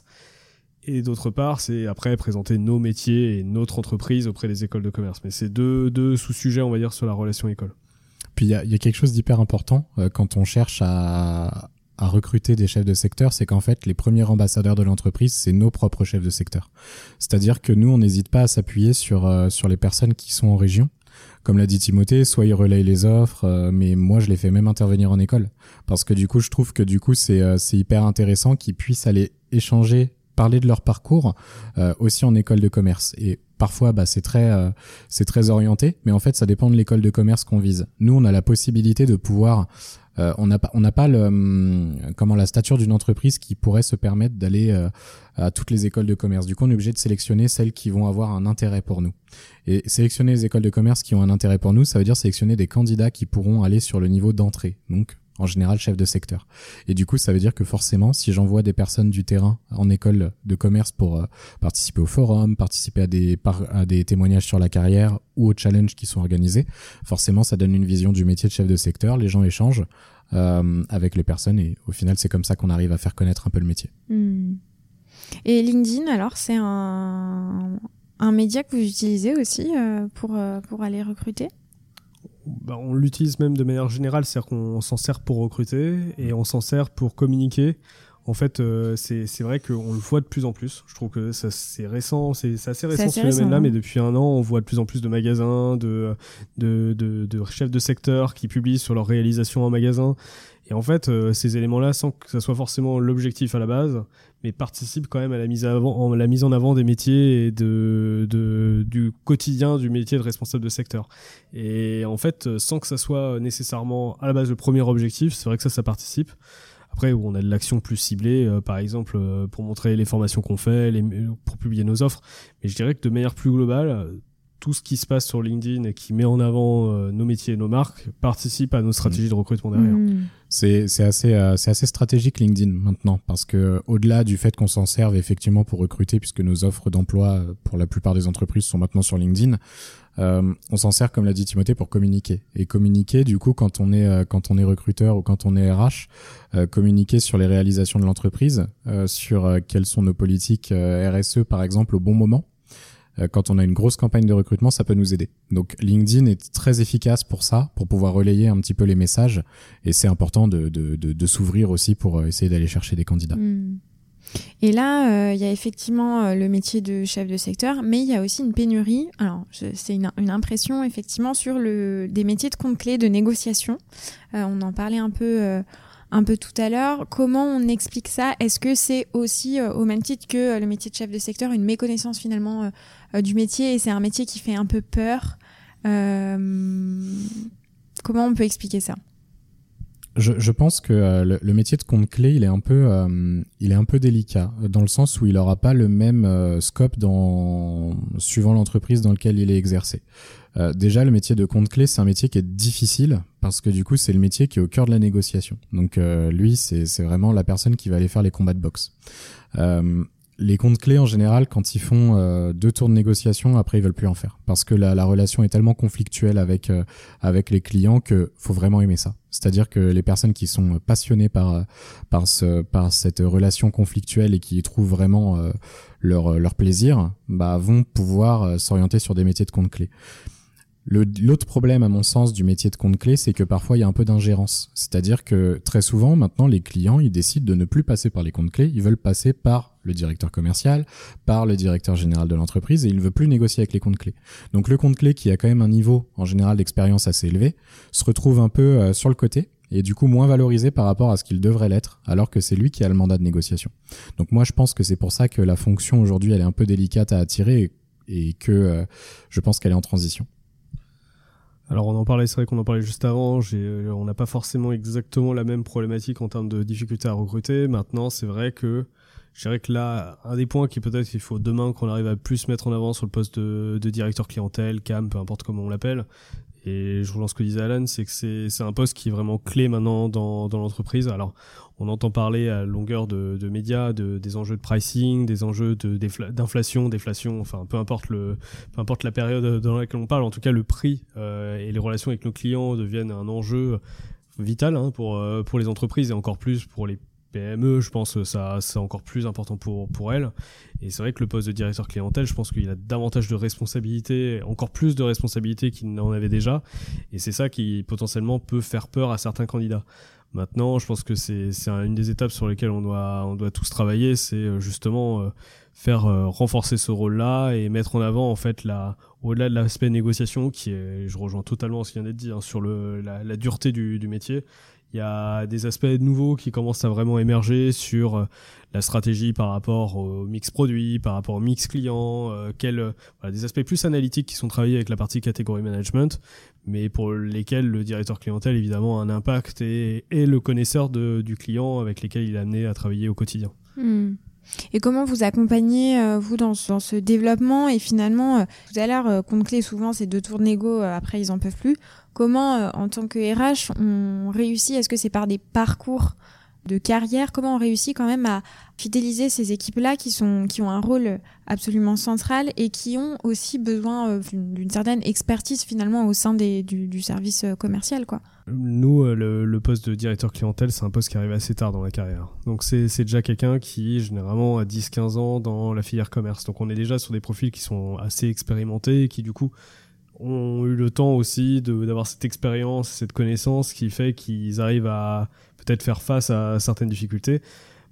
Et d'autre part, c'est après présenter nos métiers et notre entreprise auprès des écoles de commerce. Mais c'est deux, deux sous-sujets, on va dire, sur la relation école. Puis il y a, y a quelque chose d'hyper important euh, quand on cherche à, à recruter des chefs de secteur, c'est qu'en fait les premiers ambassadeurs de l'entreprise, c'est nos propres chefs de secteur. C'est-à-dire que nous, on n'hésite pas à s'appuyer sur euh, sur les personnes qui sont en région. Comme l'a dit Timothée, soit ils relayent les offres, euh, mais moi je les fais même intervenir en école, parce que du coup je trouve que du coup c'est euh, c'est hyper intéressant qu'ils puissent aller échanger, parler de leur parcours euh, aussi en école de commerce. Et parfois, bah, c'est très, euh, c'est très orienté, mais en fait, ça dépend de l'école de commerce qu'on vise. Nous, on a la possibilité de pouvoir, euh, on n'a pas, on n'a pas le, hum, comment la stature d'une entreprise qui pourrait se permettre d'aller euh, à toutes les écoles de commerce. Du coup, on est obligé de sélectionner celles qui vont avoir un intérêt pour nous. Et sélectionner les écoles de commerce qui ont un intérêt pour nous, ça veut dire sélectionner des candidats qui pourront aller sur le niveau d'entrée. Donc, en général, chef de secteur. Et du coup, ça veut dire que forcément, si j'envoie des personnes du terrain en école de commerce pour euh, participer au forum, participer à des, par, à des témoignages sur la carrière ou aux challenges qui sont organisés, forcément, ça donne une vision du métier de chef de secteur. Les gens échangent euh, avec les personnes et au final, c'est comme ça qu'on arrive à faire connaître un peu le métier. Mmh. Et LinkedIn, alors, c'est un, un média que vous utilisez aussi euh, pour, euh, pour aller recruter ? Bah, on l'utilise même de manière générale, c'est-à-dire qu'on s'en sert pour recruter et on s'en sert pour communiquer. En fait, euh, c'est, c'est vrai qu'on le voit de plus en plus. Je trouve que ça, c'est récent, c'est, c'est assez récent ce phénomène-là, mais depuis un an, on voit de plus en plus de magasins, de, de, de, de chefs de secteur qui publient sur leur réalisation en magasin. Et en fait, euh, ces éléments-là, sans que ça soit forcément l'objectif à la base, mais participent quand même à la mise, avant, en, la mise en avant des métiers et de, de, du quotidien du métier de responsable de secteur. Et en fait, sans que ça soit nécessairement à la base le premier objectif, c'est vrai que ça, ça participe. Après, où on a de l'action plus ciblée, euh, par exemple, euh, pour montrer les formations qu'on fait, les, pour publier nos offres. Mais je dirais que de manière plus globale, tout ce qui se passe sur LinkedIn et qui met en avant euh, nos métiers et nos marques participe à nos stratégies mmh. de recrutement derrière. Mmh. C'est, c'est, assez, euh, c'est assez stratégique LinkedIn maintenant, parce que au-delà du fait qu'on s'en serve effectivement pour recruter, puisque nos offres d'emploi pour la plupart des entreprises sont maintenant sur LinkedIn, euh, on s'en sert, comme l'a dit Timothée, pour communiquer. Et communiquer, du coup, quand on est, euh, quand on est recruteur ou quand on est R H, euh, communiquer sur les réalisations de l'entreprise, euh, sur euh, quelles sont nos politiques euh, R S E par exemple au bon moment. Quand on a une grosse campagne de recrutement, ça peut nous aider. Donc LinkedIn est très efficace pour ça, pour pouvoir relayer un petit peu les messages. Et c'est important de, de, de, de s'ouvrir aussi pour essayer d'aller chercher des candidats. Mmh. Et là, il euh, y a effectivement euh, le métier de chef de secteur, mais il y a aussi une pénurie. Alors, je, c'est une, une impression effectivement sur le, des métiers de compte clé, de négociation. Euh, on en parlait un peu... Euh, un peu tout à l'heure. Comment on explique ça ? Est-ce que c'est aussi, euh, au même titre que euh, le métier de chef de secteur, une méconnaissance finalement euh, euh, du métier, et c'est un métier qui fait un peu peur ? euh, Comment on peut expliquer ça ? Je, je pense que euh, le, le métier de compte clé, il est un peu, euh, il est un peu délicat, dans le sens où il n'aura pas le même euh, scope dans, suivant l'entreprise dans laquelle il est exercé. Euh, déjà, le métier de compte clé, c'est un métier qui est difficile parce que du coup, c'est le métier qui est au cœur de la négociation. Donc, euh, lui, c'est, c'est vraiment la personne qui va aller faire les combats de boxe. Euh, les comptes clés, en général, quand ils font euh, deux tours de négociation, après, ils veulent plus en faire parce que la, la relation est tellement conflictuelle avec euh, avec les clients que faut vraiment aimer ça. C'est-à-dire que les personnes qui sont passionnées par par ce par cette relation conflictuelle et qui y trouvent vraiment euh, leur leur plaisir, bah vont pouvoir euh, s'orienter sur des métiers de compte clé. Le, l'autre problème, à mon sens, du métier de compte clé, c'est que parfois, il y a un peu d'ingérence. C'est-à-dire que très souvent, maintenant, les clients, ils décident de ne plus passer par les comptes clés. Ils veulent passer par le directeur commercial, par le directeur général de l'entreprise, et ils ne veulent plus négocier avec les comptes clés. Donc, le compte clé, qui a quand même un niveau, en général, d'expérience assez élevé, se retrouve un peu euh, sur le côté, et du coup, moins valorisé par rapport à ce qu'il devrait l'être, alors que c'est lui qui a le mandat de négociation. Donc, moi, je pense que c'est pour ça que la fonction, aujourd'hui, elle est un peu délicate à attirer, et, et que euh, je pense qu'elle est en transition. Alors on en parlait, c'est vrai qu'on en parlait juste avant, j'ai, on n'a pas forcément exactement la même problématique en termes de difficulté à recruter. Maintenant, c'est vrai que je dirais que là, un des points qui peut-être qu'il faut demain qu'on arrive à plus mettre en avant sur le poste de, de directeur clientèle, C A M, peu importe comment on l'appelle, et je relance ce que disait Alan, c'est que c'est, c'est un poste qui est vraiment clé maintenant dans, dans l'entreprise. Alors on entend parler à longueur de, de médias, de, des enjeux de pricing, des enjeux de, d'inflation, déflation, enfin peu importe le, peu importe la période dans laquelle on parle. En tout cas, le prix euh, et les relations avec nos clients deviennent un enjeu vital hein, pour euh, pour les entreprises et encore plus pour les P M E. Je pense que ça c'est encore plus important pour pour elles. Et c'est vrai que le poste de directeur clientèle, je pense qu'il a davantage de responsabilités, encore plus de responsabilités qu'il n'en avait déjà. Et c'est ça qui potentiellement peut faire peur à certains candidats. Maintenant, je pense que c'est, c'est une des étapes sur lesquelles on doit, on doit tous travailler, c'est justement euh, faire euh, renforcer ce rôle-là et mettre en avant en fait la, au-delà de l'aspect négociation qui est, je rejoins totalement ce qui vient d'être dit hein, sur le, la, la dureté du, du métier. Il y a des aspects nouveaux qui commencent à vraiment émerger sur la stratégie par rapport au mix produit, par rapport au mix client, euh, quel, voilà, des aspects plus analytiques qui sont travaillés avec la partie catégorie management, mais pour lesquels le directeur clientèle évidemment a un impact et est le connaisseur de, du client avec lesquels il est amené à travailler au quotidien. Mmh. Et comment vous accompagnez, euh, vous, dans, dans ce développement ? Et finalement, euh, tout à l'heure, euh, compte clé, souvent, c'est deux tours de négo, euh, après, ils en peuvent plus. Comment, euh, en tant que R H, on réussit ? Est-ce que c'est par des parcours de carrière ? Comment on réussit quand même à fidéliser ces équipes-là qui sont, qui ont un rôle absolument central et qui ont aussi besoin euh, d'une certaine expertise, finalement, au sein des, du, du service commercial, quoi ? Nous, le, le poste de directeur clientèle, c'est un poste qui arrive assez tard dans la carrière. Donc c'est, c'est déjà quelqu'un qui, généralement, a dix quinze ans dans la filière commerce. Donc on est déjà sur des profils qui sont assez expérimentés et qui, du coup, ont eu le temps aussi de, d'avoir cette expérience, cette connaissance qui fait qu'ils arrivent à peut-être faire face à certaines difficultés.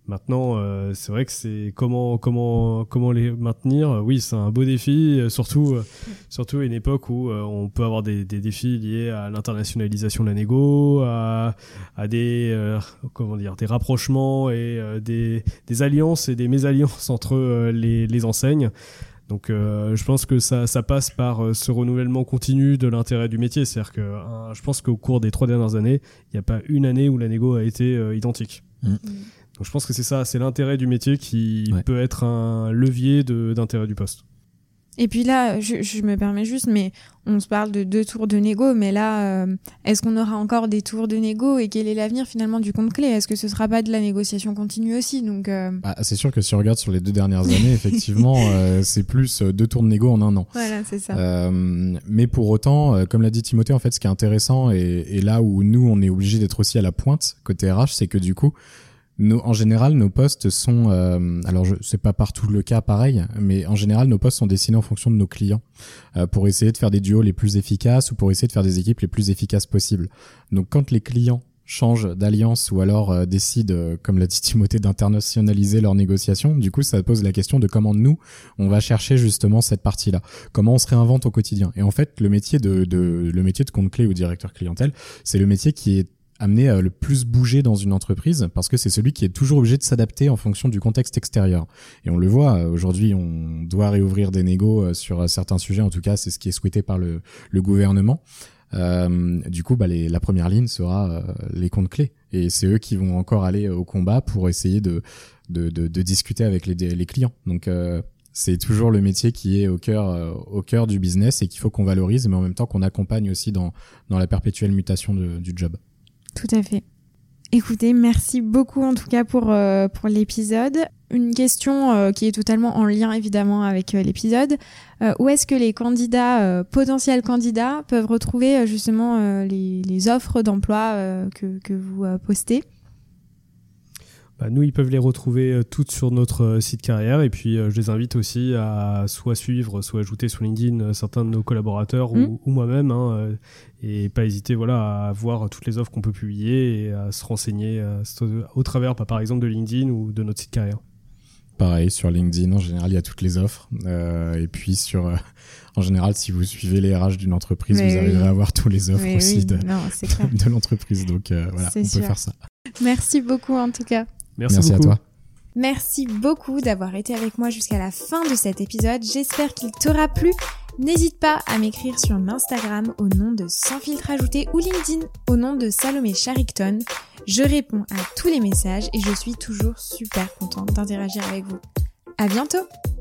Maintenant, euh, c'est vrai que c'est comment comment comment les maintenir. Oui, c'est un beau défi, surtout euh, surtout à une époque où euh, on peut avoir des, des défis liés à l'internationalisation de la négo, à à des euh, comment dire des rapprochements et euh, des des alliances et des mésalliances entre euh, les les enseignes. Donc, euh, je pense que ça ça passe par euh, ce renouvellement continu de l'intérêt du métier. C'est-à-dire que euh, je pense qu'au cours des trois dernières années, il n'y a pas une année où la négo a été euh, identique. Mmh. Donc je pense que c'est ça, c'est l'intérêt du métier qui ouais. peut être un levier de, d'intérêt du poste. Et puis là, je, je me permets juste, mais on se parle de deux tours de négo, mais là, euh, est-ce qu'on aura encore des tours de négo et quel est l'avenir finalement du compte clé ? Est-ce que ce sera pas de la négociation continue aussi ? Donc, euh... bah, c'est sûr que si on regarde sur les deux dernières années, effectivement, euh, c'est plus deux tours de négo en un an. Voilà, c'est ça. Euh, mais pour autant, euh, comme l'a dit Timothée, en fait, ce qui est intéressant et, et là où nous, on est obligé d'être aussi à la pointe côté R H, c'est que du coup, Nos, en général, nos postes sont, euh, alors je, c'est pas partout le cas pareil, mais en général, nos postes sont dessinés en fonction de nos clients euh, pour essayer de faire des duos les plus efficaces ou pour essayer de faire des équipes les plus efficaces possibles. Donc, quand les clients changent d'alliance ou alors euh, décident, euh, comme l'a dit Timothée, d'internationaliser leurs négociations, du coup, ça pose la question de comment nous, on va chercher justement cette partie-là. Comment on se réinvente au quotidien. Et en fait, le métier de, de le métier de compte clé ou directeur clientèle, c'est le métier qui est amené à le plus bouger dans une entreprise parce que c'est celui qui est toujours obligé de s'adapter en fonction du contexte extérieur. Et on le voit, aujourd'hui, on doit réouvrir des négos sur certains sujets. En tout cas, c'est ce qui est souhaité par le, le gouvernement. Euh, du coup, bah, les, la première ligne sera euh, les comptes clés. Et c'est eux qui vont encore aller au combat pour essayer de, de, de, de discuter avec les, les clients. Donc, euh, c'est toujours le métier qui est au cœur, euh, au cœur du business et qu'il faut qu'on valorise, mais en même temps qu'on accompagne aussi dans, dans la perpétuelle mutation de, du job. Tout à fait. Écoutez, merci beaucoup en tout cas pour, euh, pour l'épisode. Une question euh, qui est totalement en lien évidemment avec euh, l'épisode. Euh, où est-ce que les candidats, euh, potentiels candidats, peuvent retrouver euh, justement euh, les, les offres d'emploi euh, que, que vous euh, postez ? Bah, nous, ils peuvent les retrouver euh, toutes sur notre euh, site carrière et puis euh, je les invite aussi à soit suivre, soit ajouter sur LinkedIn euh, certains de nos collaborateurs mmh. ou, ou moi-même hein, euh, et pas hésiter voilà, à voir toutes les offres qu'on peut publier et à se renseigner euh, au travers bah, par exemple de LinkedIn ou de notre site carrière. Pareil, sur LinkedIn, en général, il y a toutes les offres. Euh, et puis, sur, euh, en général, si vous suivez les R H d'une entreprise, mais vous oui. arriverez à voir toutes les offres mais aussi oui. de, non, de, de l'entreprise. Donc, euh, voilà, c'est on sûr. peut faire ça. Merci beaucoup, en tout cas. Merci, Merci beaucoup. à toi. Merci beaucoup d'avoir été avec moi jusqu'à la fin de cet épisode. J'espère qu'il t'aura plu. N'hésite pas à m'écrire sur Instagram au nom de Sans Filtre Ajouté ou LinkedIn au nom de Salomé Charicton. Je réponds à tous les messages et je suis toujours super contente d'interagir avec vous. À bientôt!